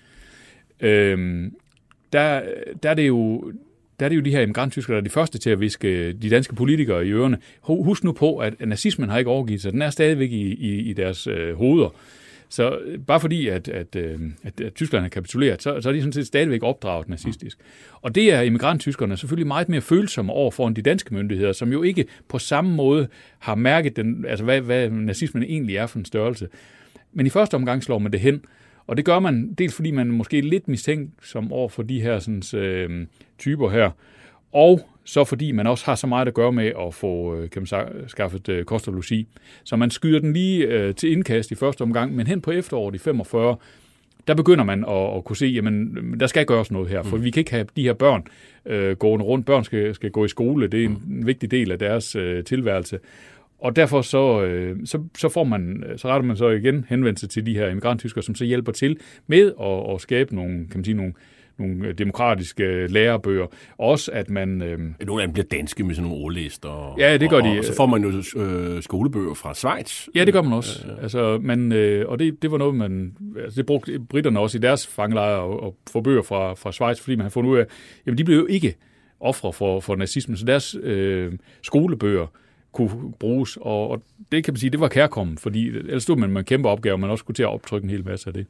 øh, der, der er det jo... Der er det jo de her immigranttyskere, der er de første til at viske de danske politikere i ørerne. Husk nu på, at nazismen har ikke overgivet sig. Den er stadigvæk i, i, i deres øh, hoveder. Så bare fordi, at, at, at, at Tyskland har kapituleret, så, så er de sådan set stadigvæk opdraget nazistisk. Og det er immigranttyskerne selvfølgelig meget mere følsomme over for de danske myndigheder, som jo ikke på samme måde har mærket, den, altså hvad, hvad nazismen egentlig er for en størrelse. Men i første omgang slår man det hen. Og det gør man dels fordi man måske er lidt mistænksom over for de her sådan, øh, typer her, og så fordi man også har så meget at gøre med at få kan man sige, skaffet øh, kost og logi. Så man skyder den lige øh, til indkast i første omgang, men hen på efteråret i femogfyrre, der begynder man at, at kunne se, jamen der skal gøres noget her, for mm. vi kan ikke have de her børn øh, gående rundt. Børn skal, skal gå i skole, det er en, en vigtig del af deres øh, tilværelse. Og derfor så, øh, så, så, får man, så retter man så igen henvendelse til de her immigranttyskere, som så hjælper til med at, at skabe nogle, kan man sige, nogle, nogle demokratiske lærebøger. Også at man... Øh, nogle af dem bliver danske med sådan nogle ordlister. Og, ja, det gør og, de. Og så får man jo øh, skolebøger fra Schweiz. Ja, det gør man også. Øh, altså, man, øh, og det, det var noget, man... Altså, det brugte britterne også i deres fangelejre at få bøger fra, fra Schweiz, fordi man har fundet ud af, jamen de blev jo ikke ofre for, for nazismen, så deres øh, skolebøger kunne bruges, og, og det kan man sige, det var kærkommen, fordi ellers stod man med en kæmpe opgave, man også skulle til at optrykke en hel masse af det.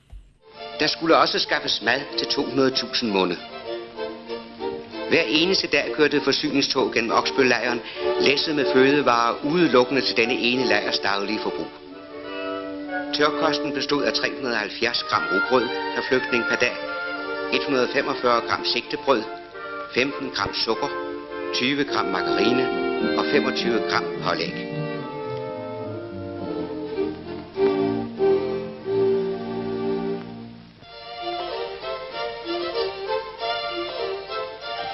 Der skulle også skaffes mad til to hundrede tusind munde. Hver eneste dag kørte forsyningstog gennem Oksbøllejren, læsset med fødevarer udelukkende til denne ene lejrs daglige forbrug. Tørkosten bestod af tre hundrede og halvfjerds gram rugbrød per flygtning per dag, et hundrede og femogfyrre gram sigtebrød, femten gram sukker, tyve gram margarine og femogtyve gram pålæg.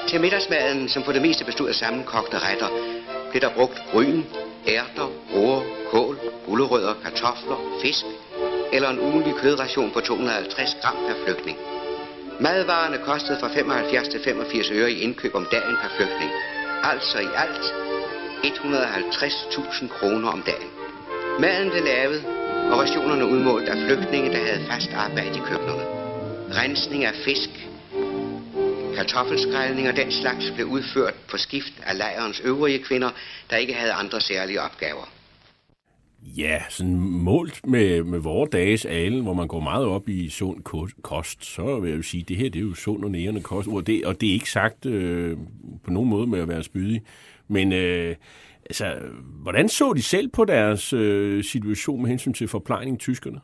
Til middagsmaden, som for det meste bestod af sammenkogte retter, blev der brugt gryn, ærter, roer, kål, gulerødder, kartofler, fisk eller en ugentlig kødration på to hundrede og halvtreds gram per flygtning. Madvarerne kostede fra femoghalvfjerds til femogfirs øre i indkøb om dagen per flygtning. Altså i alt et hundrede og halvtreds tusind kroner om dagen. Maden blev lavet, og rationerne udmålt af flygtninge, der havde fast arbejde i køkkenerne. Rensning af fisk, kartoffelskrælning og den slags blev udført på skift af lejrens øvrige kvinder, der ikke havde andre særlige opgaver. Ja, sådan målt med, med vores dages alen, hvor man går meget op i sund kost, så vil jeg jo sige, at det her det er jo sund og nærende kost, og det, og det er ikke sagt øh, på nogen måde med at være spydig. Men øh, altså, hvordan så de selv på deres øh, situation med hensyn til forplejning, tyskerne?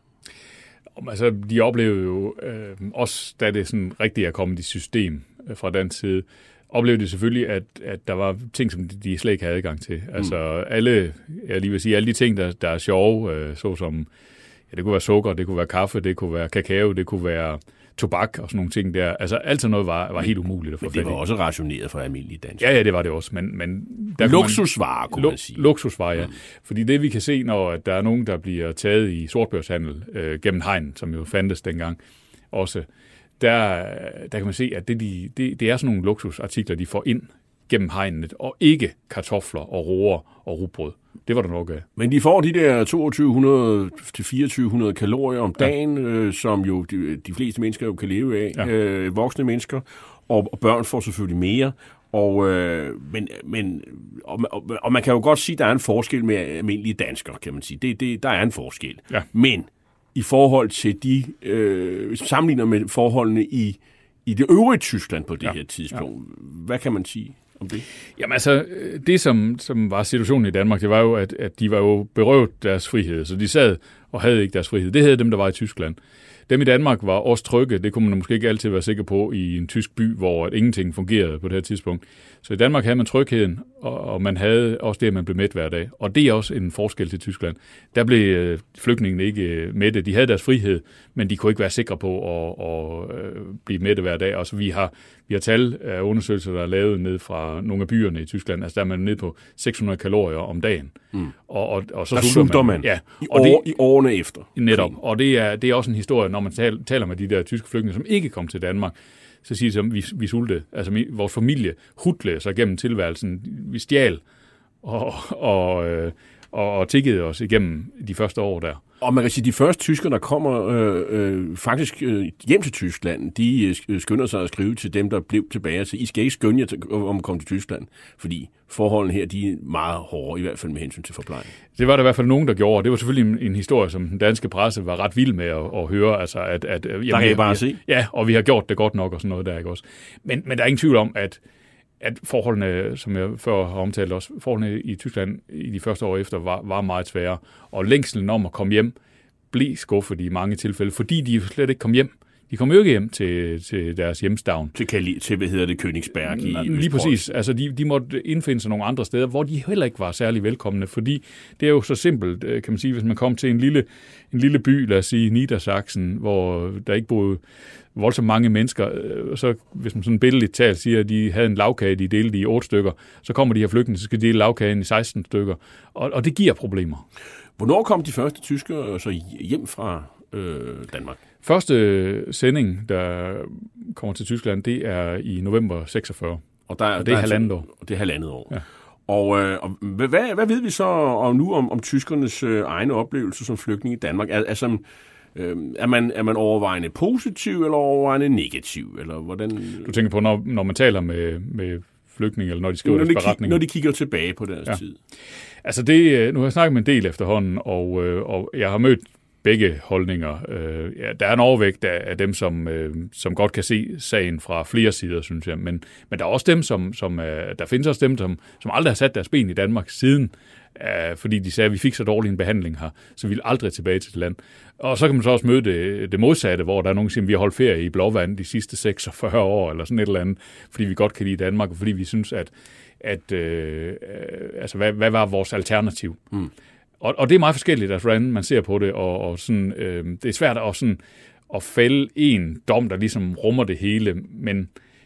Altså, de oplevede jo øh, også, da det sådan rigtigt er kommet i system øh, fra den side, oplevede de selvfølgelig, at, at der var ting, som de slet ikke havde adgang til. Altså mm. alle, jeg lige vil sige, alle de ting, der, der er sjove, øh, såsom, ja, det kunne være sukker, det kunne være kaffe, det kunne være kakao, det kunne være tobak og sådan nogle ting der. Altså alt sådan noget var, var helt umuligt at få. Men det var også rationeret for almindelige danskere. Ja, ja, det var det også. Men, men der luksusvarer, kunne man, man sige. Luksusvarer, ja. Mm. Fordi det vi kan se, når der er nogen, der bliver taget i sortbørshandel øh, gennem hegn, som jo fandtes dengang også, Der, der kan man se, at det, de, det, det er sådan nogle luksusartikler, de får ind gennem hegnet, og ikke kartofler og roer og rugbrød. Det var der nok af. Men de får de der toogtyve hundrede til fireogtyve hundrede kalorier om dagen, ja. øh, som jo de, de fleste mennesker jo kan leve af, ja. øh, voksne mennesker, og, og børn får selvfølgelig mere. Og, øh, men, men, og, og, og man kan jo godt sige, at der er en forskel med almindelige danskere, kan man sige. Det, det, der er en forskel. Ja. Men i forhold til de, øh, sammenligner med forholdene i, i det øvrige Tyskland på det ja. her tidspunkt. Ja. Hvad kan man sige om det? Jamen altså, det som, som var situationen i Danmark, det var jo, at, at de var jo berøvet deres frihed. Så de sad og havde ikke deres frihed. Det havde dem, der var i Tyskland. Dem i Danmark var også trygge. Det kunne man måske ikke altid være sikker på i en tysk by, hvor ingenting fungerede på det her tidspunkt. Så i Danmark havde man trygheden, og man havde også det, at man blev mæt hver dag. Og det er også en forskel til Tyskland. Der blev flygtningene ikke mætte. De havde deres frihed, men de kunne ikke være sikre på at, at blive mætte hver dag. Altså, vi har, vi har tal af undersøgelser, der er lavet ned fra nogle af byerne i Tyskland. Altså, der er man ned på seks hundrede kalorier om dagen. Mm. Og, og, og så der sulter man, man. Ja. I, og år, det, i årene efter. Netop. Og det er, det er også en historie, når man taler, taler med de der tyske flygtninge, som ikke kom til Danmark, så siger de, at vi, vi sultede. Altså vores familie hudlede sig gennem tilværelsen. Vi stjal og, og, og, og tiggede os igennem de første år der. Og man kan sige, at de første tyskere, der kommer øh, øh, faktisk øh, hjem til Tyskland, de øh, skynder sig at skrive til dem, der blev tilbage. Altså, I skal ikke skynde jer til, om at komme til Tyskland, fordi forholdene her, de er meget hårde, i hvert fald med hensyn til forplejning. Det var der i hvert fald nogen, der gjorde, og det var selvfølgelig en, en historie, som den danske presse var ret vild med at, at høre. Altså, at, at, jamen, der kan I bare vi, se. Ja, og vi har gjort det godt nok og sådan noget der, ikke også? Men, men der er ingen tvivl om, at at forholdene, som jeg før har omtalt også, forholdene i Tyskland i de første år efter var, var meget svære. Og længslen om at komme hjem blev skuffet i mange tilfælde, fordi de slet ikke kom hjem. De kom jo ikke hjem til, til deres hjemstavn. Til, Kali, til, hvad hedder det, Königsberg i Østpreussen. Lige præcis. Altså, de, de måtte indfinde sig nogle andre steder, hvor de heller ikke var særlig velkomne, fordi det er jo så simpelt, kan man sige, hvis man kom til en lille, en lille by, lad os sige Niedersachsen, hvor der ikke boede voldsomt mange mennesker, så hvis man sådan billedligt talt siger, at de havde en lavkage, de delte i otte stykker, så kommer de her flygtninge, så skal de dele lavkagen i seksten stykker, og, og det giver problemer. Hvornår kom de første tyskere så hjem fra øh, Danmark? Første sending, der kommer til Tyskland, det er i november seksogfyrre, og, der, og det er halvandet år. Og det er halvandet år. Ja. Og, øh, og hvad, hvad ved vi så om nu om, om tyskernes øh, egne oplevelser som flygtninge i Danmark? Er, altså, øh, er, man, er man overvejende positiv eller overvejende negativ? Eller hvordan? Du tænker på, når, når man taler med, med flygtninge, eller når de skriver når deres beretning? Når de kigger tilbage på deres ja. tid. Altså det, nu har jeg snakket med en del efterhånden, og, og jeg har mødt begge holdninger. Ja, der er en overvægt af dem, som, som godt kan se sagen fra flere sider, synes jeg. Men, men der er også dem, som, som der findes også dem, som, som aldrig har sat deres ben i Danmark siden, fordi de sagde, at vi fik så dårlig en behandling her, så vi vil aldrig tilbage til det land. Og så kan man så også møde det, det modsatte, hvor der er nogen, der siger, at vi har holdt ferie i Blåvand de sidste seksogfyrre år, eller sådan et eller andet, fordi vi godt kan lide Danmark, og fordi vi synes, at, at øh, altså, hvad, hvad var vores alternativ? Mm. Og, og det er meget forskelligt, altså, hvordan man ser på det, og, og sådan, øh, det er svært at, sådan, at fælde en dom, der ligesom rummer det hele, men,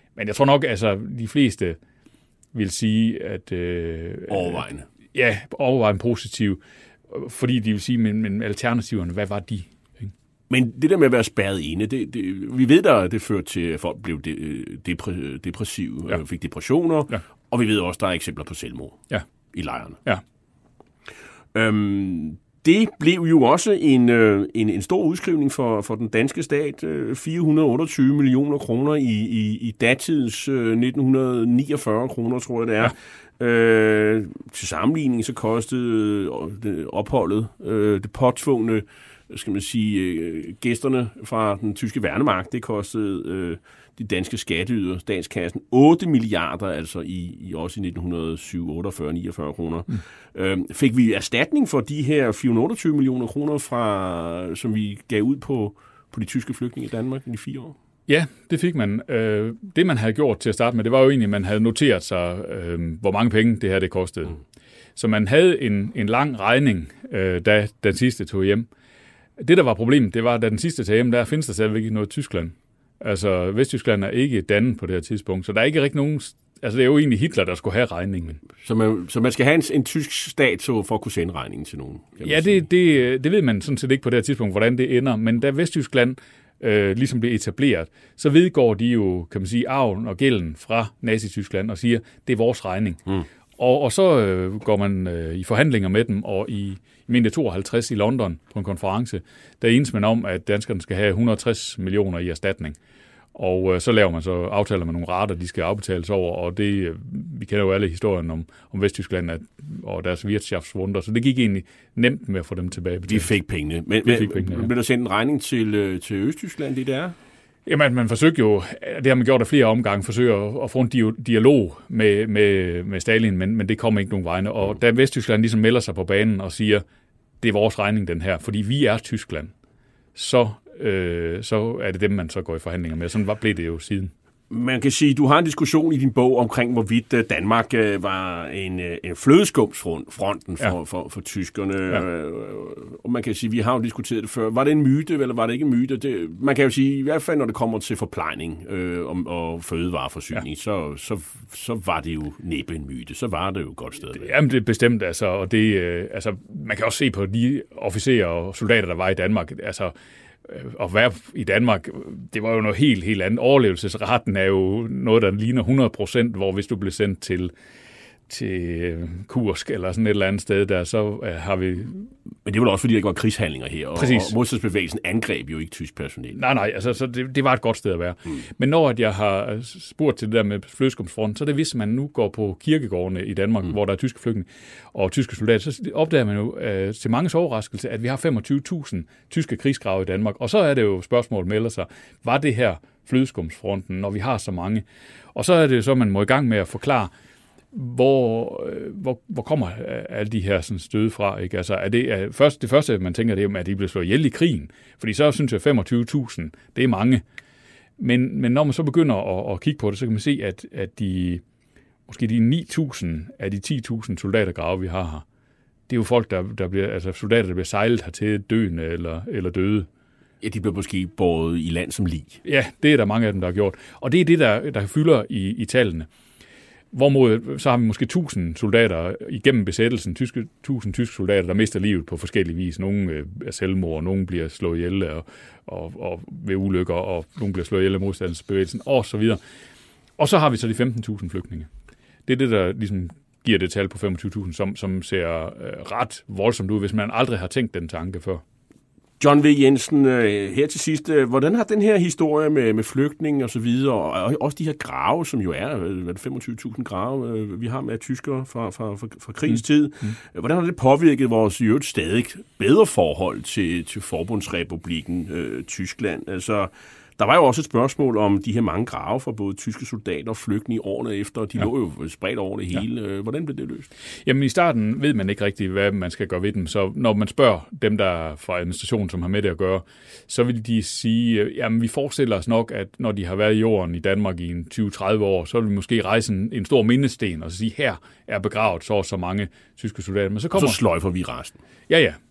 Men jeg tror nok, altså de fleste vil sige, at... Øh, overvejende. Ja, overvejende positiv, fordi de vil sige, men, men alternativerne, hvad var de? Men det der med at være spærret inde, det, det, vi ved da, det førte til, at folk blev de, depre, depressive, ja. fik depressioner, ja. Og vi ved også, der er eksempler på selvmord ja. i lejrene. Ja. Øhm, det blev jo også en, en, en stor udskrivning for, for den danske stat, fire hundrede og otteogtyve millioner kroner i, i, i datidens nitten niogfyrre kroner, tror jeg det er. Ja. Øh, til sammenligning så kostede opholdet, øh, det påtvungne, skal man sige, øh, gæsterne fra den tyske værnemagt, det kostede øh, de danske skatteydere, statskassen, otte milliarder, altså i, i også i nitten syv, otteogfyrre, niogfyrre kroner. Mm. Øh, fik vi erstatning for de her fire hundrede og otteogtyve millioner kroner, fra, som vi gav ud på, på de tyske flygtninge i Danmark i de fire år? Ja, det fik man. Øh, det, man havde gjort til at starte med, det var jo egentlig, at man havde noteret sig, øh, hvor mange penge det her det kostede. Mm. Så man havde en, en lang regning, øh, da den sidste tog hjem. Det, der var problemet, det var, at da den sidste tog hjem, der findes der stadigvæk ikke noget Tyskland. Altså, Vesttyskland er ikke dannet på det her tidspunkt, så der er ikke rigtig nogen... Altså, det er jo egentlig Hitler, der skulle have regningen. Så man, så man skal have en, en tysk stat så for at kunne sende regningen til nogen? Ja, det, det, det ved man sådan set ikke på det her tidspunkt, hvordan det ender. Men da Vesttyskland øh, ligesom blev etableret, så vedgår de jo, kan man sige, arven og gælden fra Nazi-Tyskland og siger, det er vores regning. Mm. Og, og så øh, går man øh, i forhandlinger med dem, og i, i mente tooghalvtreds i London på en konference, der enes man om, at danskerne skal have et hundrede og tres millioner i erstatning. Og øh, så laver man så aftaler med nogle rater, de skal afbetales over, og det, øh, vi kender jo alle historien om, om Vesttyskland at, og deres Wirtschaftswunder, så det gik egentlig nemt med at få dem tilbage. De fik pengene. Men, de fik pengene, ja. Blev der sendt en regning til, til Østtyskland, det der? Jamen, man forsøgte jo, det har man gjort af flere omgange, forsøge at, at få en dialog med, med, med Stalin, men, men det kom ikke nogen vegne. Og mm. da Vesttyskland ligesom melder sig på banen og siger, det er vores regning den her, fordi vi er Tyskland, så, øh, så er det dem, man så går i forhandlinger med. Sådan blev det jo siden. Man kan sige, du har en diskussion i din bog omkring, hvorvidt Danmark var en, en flødeskumsfronten for, ja. for, for, for tyskerne. Ja. Og man kan sige, vi har jo diskuteret det før. Var det en myte, eller var det ikke en myte? Det, man kan jo sige, i hvert fald når det kommer til forplejning øh, og, og fødevareforsyning, ja. så, så, så var det jo næppe en myte. Så var det jo et godt sted. Jamen det er bestemt, altså. Og det, øh, altså, man kan også se på de officerer og soldater, der var i Danmark, altså at være i Danmark, det var jo noget helt, helt andet. Overlevelsesraten er jo noget, der ligner hundrede procent, hvor hvis du blev sendt til, til Kursk eller sådan et eller andet sted der, så uh, har vi... Men det var også, fordi der ikke var krigshandlinger her, og, og modstandsbevægelsen angreb jo ikke tysk personel. Nej, nej, altså så det, det var et godt sted at være. Mm. Men når jeg har spurgt til det der med flødeskumsfronten, så er det, hvis man nu går på kirkegårdene i Danmark, mm. hvor der er tyske flygtninge og tyske soldater, så opdager man jo uh, til manges overraskelse, at vi har femogtyve tusind tyske krigsgrave i Danmark. Og så er det jo spørgsmål melder sig, var det her flødeskumsfronten, når vi har så mange? Og så er det jo så, man må i gang med at forklare, Hvor, hvor, hvor kommer alle de her sådan, støde fra? Ikke? Altså, er det, er først, det første, man tænker, det er, at de bliver slået ihjel i krigen. Fordi så synes jeg, femogtyve tusind, det er mange. Men, men når man så begynder at, at kigge på det, så kan man se, at, at de, måske de ni tusind af de ti tusind soldatergrave, vi har her, det er jo folk, der, der bliver, altså soldater, der bliver sejlet hertil døende eller, eller døde. Ja, de bliver måske båret i land som lig. Ja, det er der mange af dem, der har gjort. Og det er det, der, der fylder i, i tallene. Hvorimod så har vi måske tusind soldater igennem besættelsen, tyske, tusind tyske soldater, der mister livet på forskellige vis. Nogle er selvmord, nogle bliver slået ihjel og, og, og ved ulykker, og nogle bliver slået ihjel af modstandsbevægelsen, og så videre. Og så har vi så de femten tusind flygtninge. Det er det, der ligesom giver det tal på femogtyve tusind, som, som ser øh, ret voldsomt ud, hvis man aldrig har tænkt den tanke før. John V. Jensen, her til sidst, hvordan har den her historie med, med flygtninge og så videre, og også de her grave, som jo er femogtyve tusind grave, vi har med tyskere fra, fra, fra, fra krigens tid, mm. Mm. hvordan har det påvirket vores i øvrigt stadig bedre forhold til, til Forbundsrepublikken øh, Tyskland? Altså, der var jo også et spørgsmål om de her mange grave fra både tyske soldater og flygtninge årene efter, og de ja. lå jo spredt over det hele. Ja. Hvordan blev det løst? Jamen i starten ved man ikke rigtigt, hvad man skal gøre ved dem, så når man spørger dem, der fra administrationen, som har med det at gøre, så vil de sige, jamen vi forestiller os nok, at når de har været i jorden i Danmark i tyve til tredive år, så vil vi måske rejse en, en stor mindesten og sige, her er begravet så og så mange tyske soldater. Men så kommer... Så sløjfer vi resten. Ja, ja.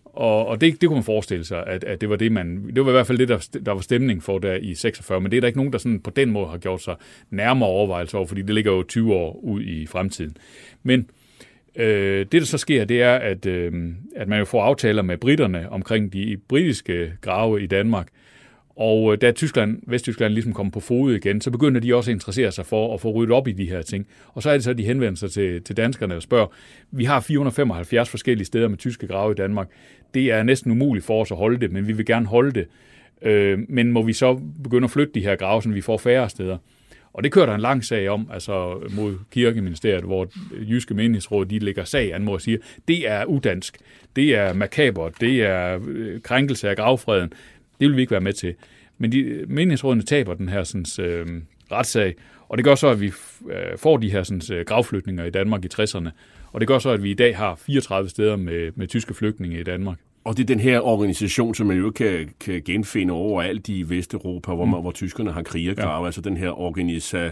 Og, og det, det kunne man forestille sig, at, at det var det, man... Det var i hvert fald det, der, der var stemning for der i seksogfyrre, men det er der ikke nogen, der sådan på den måde har gjort sig nærmere overvejelser over, fordi det ligger jo tyve år ud i fremtiden. Men øh, det, der så sker, det er, at, øh, at man jo får aftaler med britterne omkring de britiske grave i Danmark, og da Tyskland, Vesttyskland ligesom kommer på fod igen, så begynder de også at interessere sig for at få ryddet op i de her ting. Og så er det så, at de henvender sig til, til danskerne og spørger, vi har fire hundrede femoghalvfjerds forskellige steder med tyske grave i Danmark. Det er næsten umuligt for os at holde det, men vi vil gerne holde det. Øh, men må vi så begynde at flytte de her grave, så vi får færre steder? Og det kører der en lang sag om, altså mod Kirkeministeriet, hvor Jyske Menighedsråd, de lægger sag an mod at sige, det er udansk, det er makabert, det er krænkelse af gravfreden. Det vil vi ikke være med til. Men de, menighedsrådene taber den her sådan, øh, retssag, og det gør så, at vi øh, får de her sådan, gravflytninger i Danmark i tresserne. Og det gør så, at vi i dag har fireogtredive steder med, med tyske flygtninge i Danmark. Og det er den her organisation, som man jo kan, kan genfinde overalt i Vesteuropa, hvor, man, hvor tyskerne har krigergrave. Ja. Altså den her organisa,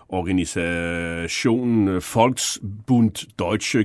organisation Volksbund Deutsche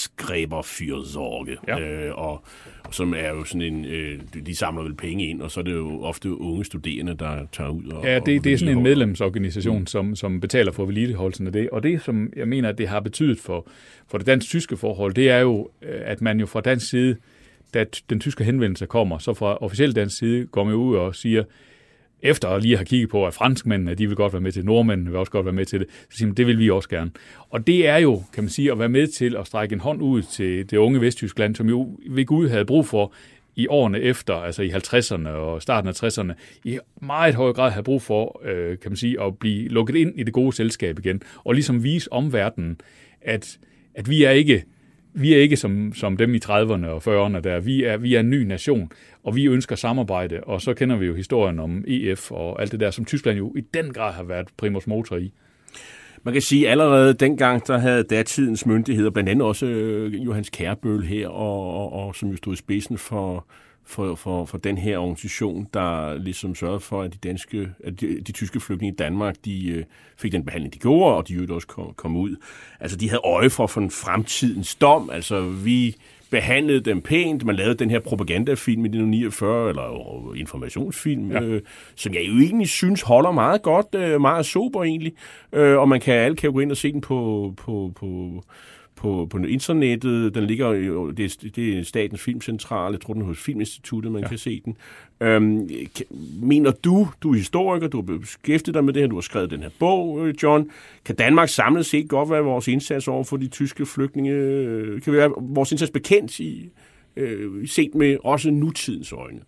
Kriegsgräberfürsorge. Ja. Øh, og som er jo sådan en, øh, de samler vel penge ind, og så er det jo ofte unge studerende, der tager ud og... Ja, det, og det er sådan en medlemsorganisation, mm. som, som betaler for vedligeholdelsen af det. Og det, som jeg mener, at det har betydet for, for det dansk-tyske forhold, det er jo, at man jo fra dansk side, da den tyske henvendelse kommer, så fra officiel dansk side går man ud og siger, efter at lige have kigget på, at franskmændene, de vil godt være med til det, nordmændene vil også godt være med til det, så siger man, det vil vi også gerne. Og det er jo, kan man sige, at være med til at strække en hånd ud til det unge Vesttyskland, som jo ved Gud havde brug for i årene efter, altså i halvtredserne og starten af tresserne, i meget høj grad havde brug for, kan man sige, at blive lukket ind i det gode selskab igen, og ligesom vise omverdenen, at, at vi er ikke Vi er ikke som, som dem i trediverne og fyrrerne der. Vi er, vi er en ny nation, og vi ønsker samarbejde, og så kender vi jo historien om E F og alt det der, som Tyskland jo i den grad har været primus motor i. Man kan sige, at allerede dengang, der havde datidens myndigheder, blandt andet også Johannes Kærbøl her, og, og, og som jo stod i spidsen for, for, for, for den her organisation, der ligesom sørgede for, at de, danske, at de, de tyske flygtninge i Danmark, de fik den behandling, de gjorde, og de jo også kom, kom ud. Altså, de havde øje for, for en fremtidens dom. Altså, vi behandlede dem pænt. Man lavede den her propagandafilm i nitten niogfyrre, eller informationsfilm, ja. øh, som jeg jo egentlig synes holder meget godt, øh, meget sober egentlig. Øh, og man kan, alle kan jo gå ind og se den på... på, på På, på internettet. Den ligger jo, det er, det er Statens Filmcentral, jeg tror den er hos Filminstituttet, man ja. kan se den. Øhm, mener du, du er historiker, du har beskæftiget dig med det her, du har skrevet den her bog, John. Kan Danmark samlet set godt være vores indsats over for de tyske flygtninge? Kan vi være vores indsats bekendt i, øh, set med også nutidens øjne?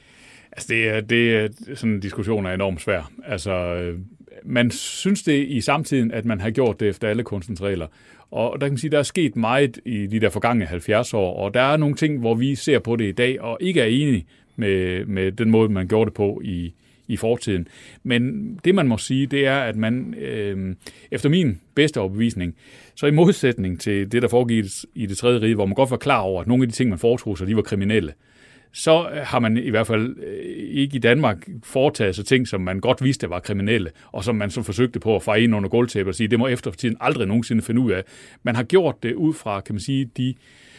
Altså det er, det er sådan en diskussion er enormt svær. Altså man synes det i samtiden, at man har gjort det efter alle kunstens regler. Og der kan man sige, der er sket meget i de der forgangne halvfjerds år, og der er nogle ting, hvor vi ser på det i dag, og ikke er enige med, med den måde, man gjorde det på i, i fortiden. Men det, man må sige, det er, at man, øh, efter min bedste overbevisning, så i modsætning til det, der foregik i det tredje rige, hvor man godt var klar over, at nogle af de ting, man foretog sig, de var kriminelle, så har man i hvert fald ikke i Danmark foretaget sig ting, som man godt vidste var kriminelle, og som man så forsøgte på at feje ind under gulvtæppet og sige, det må eftertiden aldrig nogensinde finde ud af. Man har gjort det ud fra, kan man sige, de,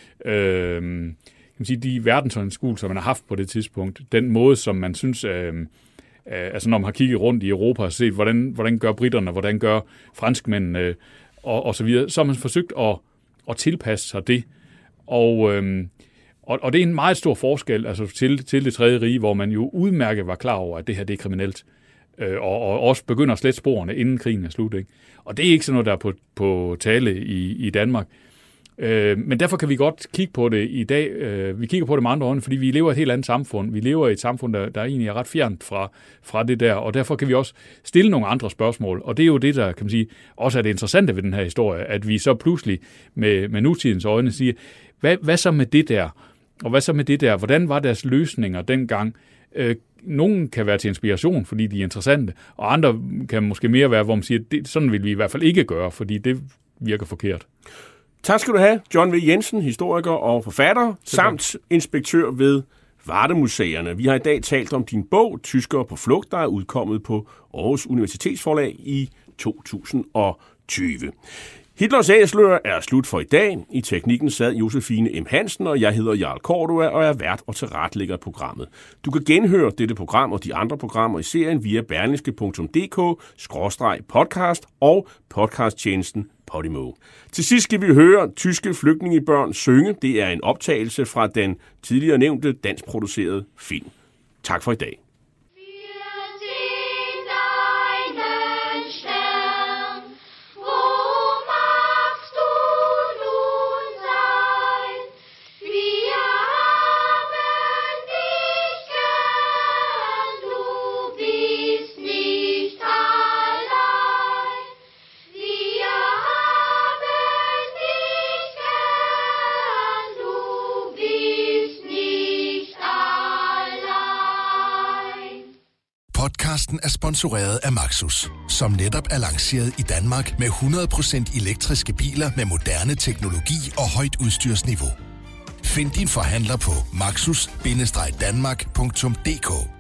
øh, kan man sige, de verdensanskuelser, man har haft på det tidspunkt. Den måde, som man synes, øh, øh, altså når man har kigget rundt i Europa og set, hvordan, hvordan gør britterne, hvordan gør franskmændene, øh, og, og så videre, så har man forsøgt at, at tilpasse sig det. Og øh, Og, og det er en meget stor forskel altså til, til det tredje rige, hvor man jo udmærket var klar over, at det her det er kriminelt. Øh, og, og også begynder at slette sporene, inden krigen er slut. Ikke? Og det er ikke sådan noget, der er på, på tale i, i Danmark. Øh, men derfor kan vi godt kigge på det i dag. Øh, vi kigger på det med andre øjne, fordi vi lever i et helt andet samfund. Vi lever i et samfund, der, der egentlig er ret fjernt fra, fra det der. Og derfor kan vi også stille nogle andre spørgsmål. Og det er jo det, der kan man sige, også er det interessante ved den her historie, at vi så pludselig med, med nutidens øjne siger, hvad, hvad så med det der? Og hvad så med det der? Hvordan var deres løsninger dengang? Øh, nogle kan være til inspiration, fordi de er interessante, og andre kan måske mere være, hvor man siger, det, sådan vil vi i hvert fald ikke gøre, fordi det virker forkert. Tak skal du have, John V. Jensen, historiker og forfatter, samt inspektør ved Vardemuseerne. Vi har i dag talt om din bog, Tyskere på flugt, der er udkommet på Aarhus Universitetsforlag i to tusind og tyve. Hitlers Æseløer er slut for i dag. I teknikken sad Josefine M. Hansen, og jeg hedder Jarl Cordua og er vært og tilrettelægger programmet. Du kan genhøre dette program og de andre programmer i serien via berlingske punktum d k skråstreg podcast og podcasttjenesten Podimo. Til sidst skal vi høre tyske flygtningebørn synge. Det er en optagelse fra den tidligere nævnte danskproducerede film. Tak for i dag. Podcasten er sponsoreret af Maxus, som netop er lanceret i Danmark med hundrede procent elektriske biler med moderne teknologi og højt udstyrsniveau. Find din forhandler på maxus bindestreg danmark punktum d k.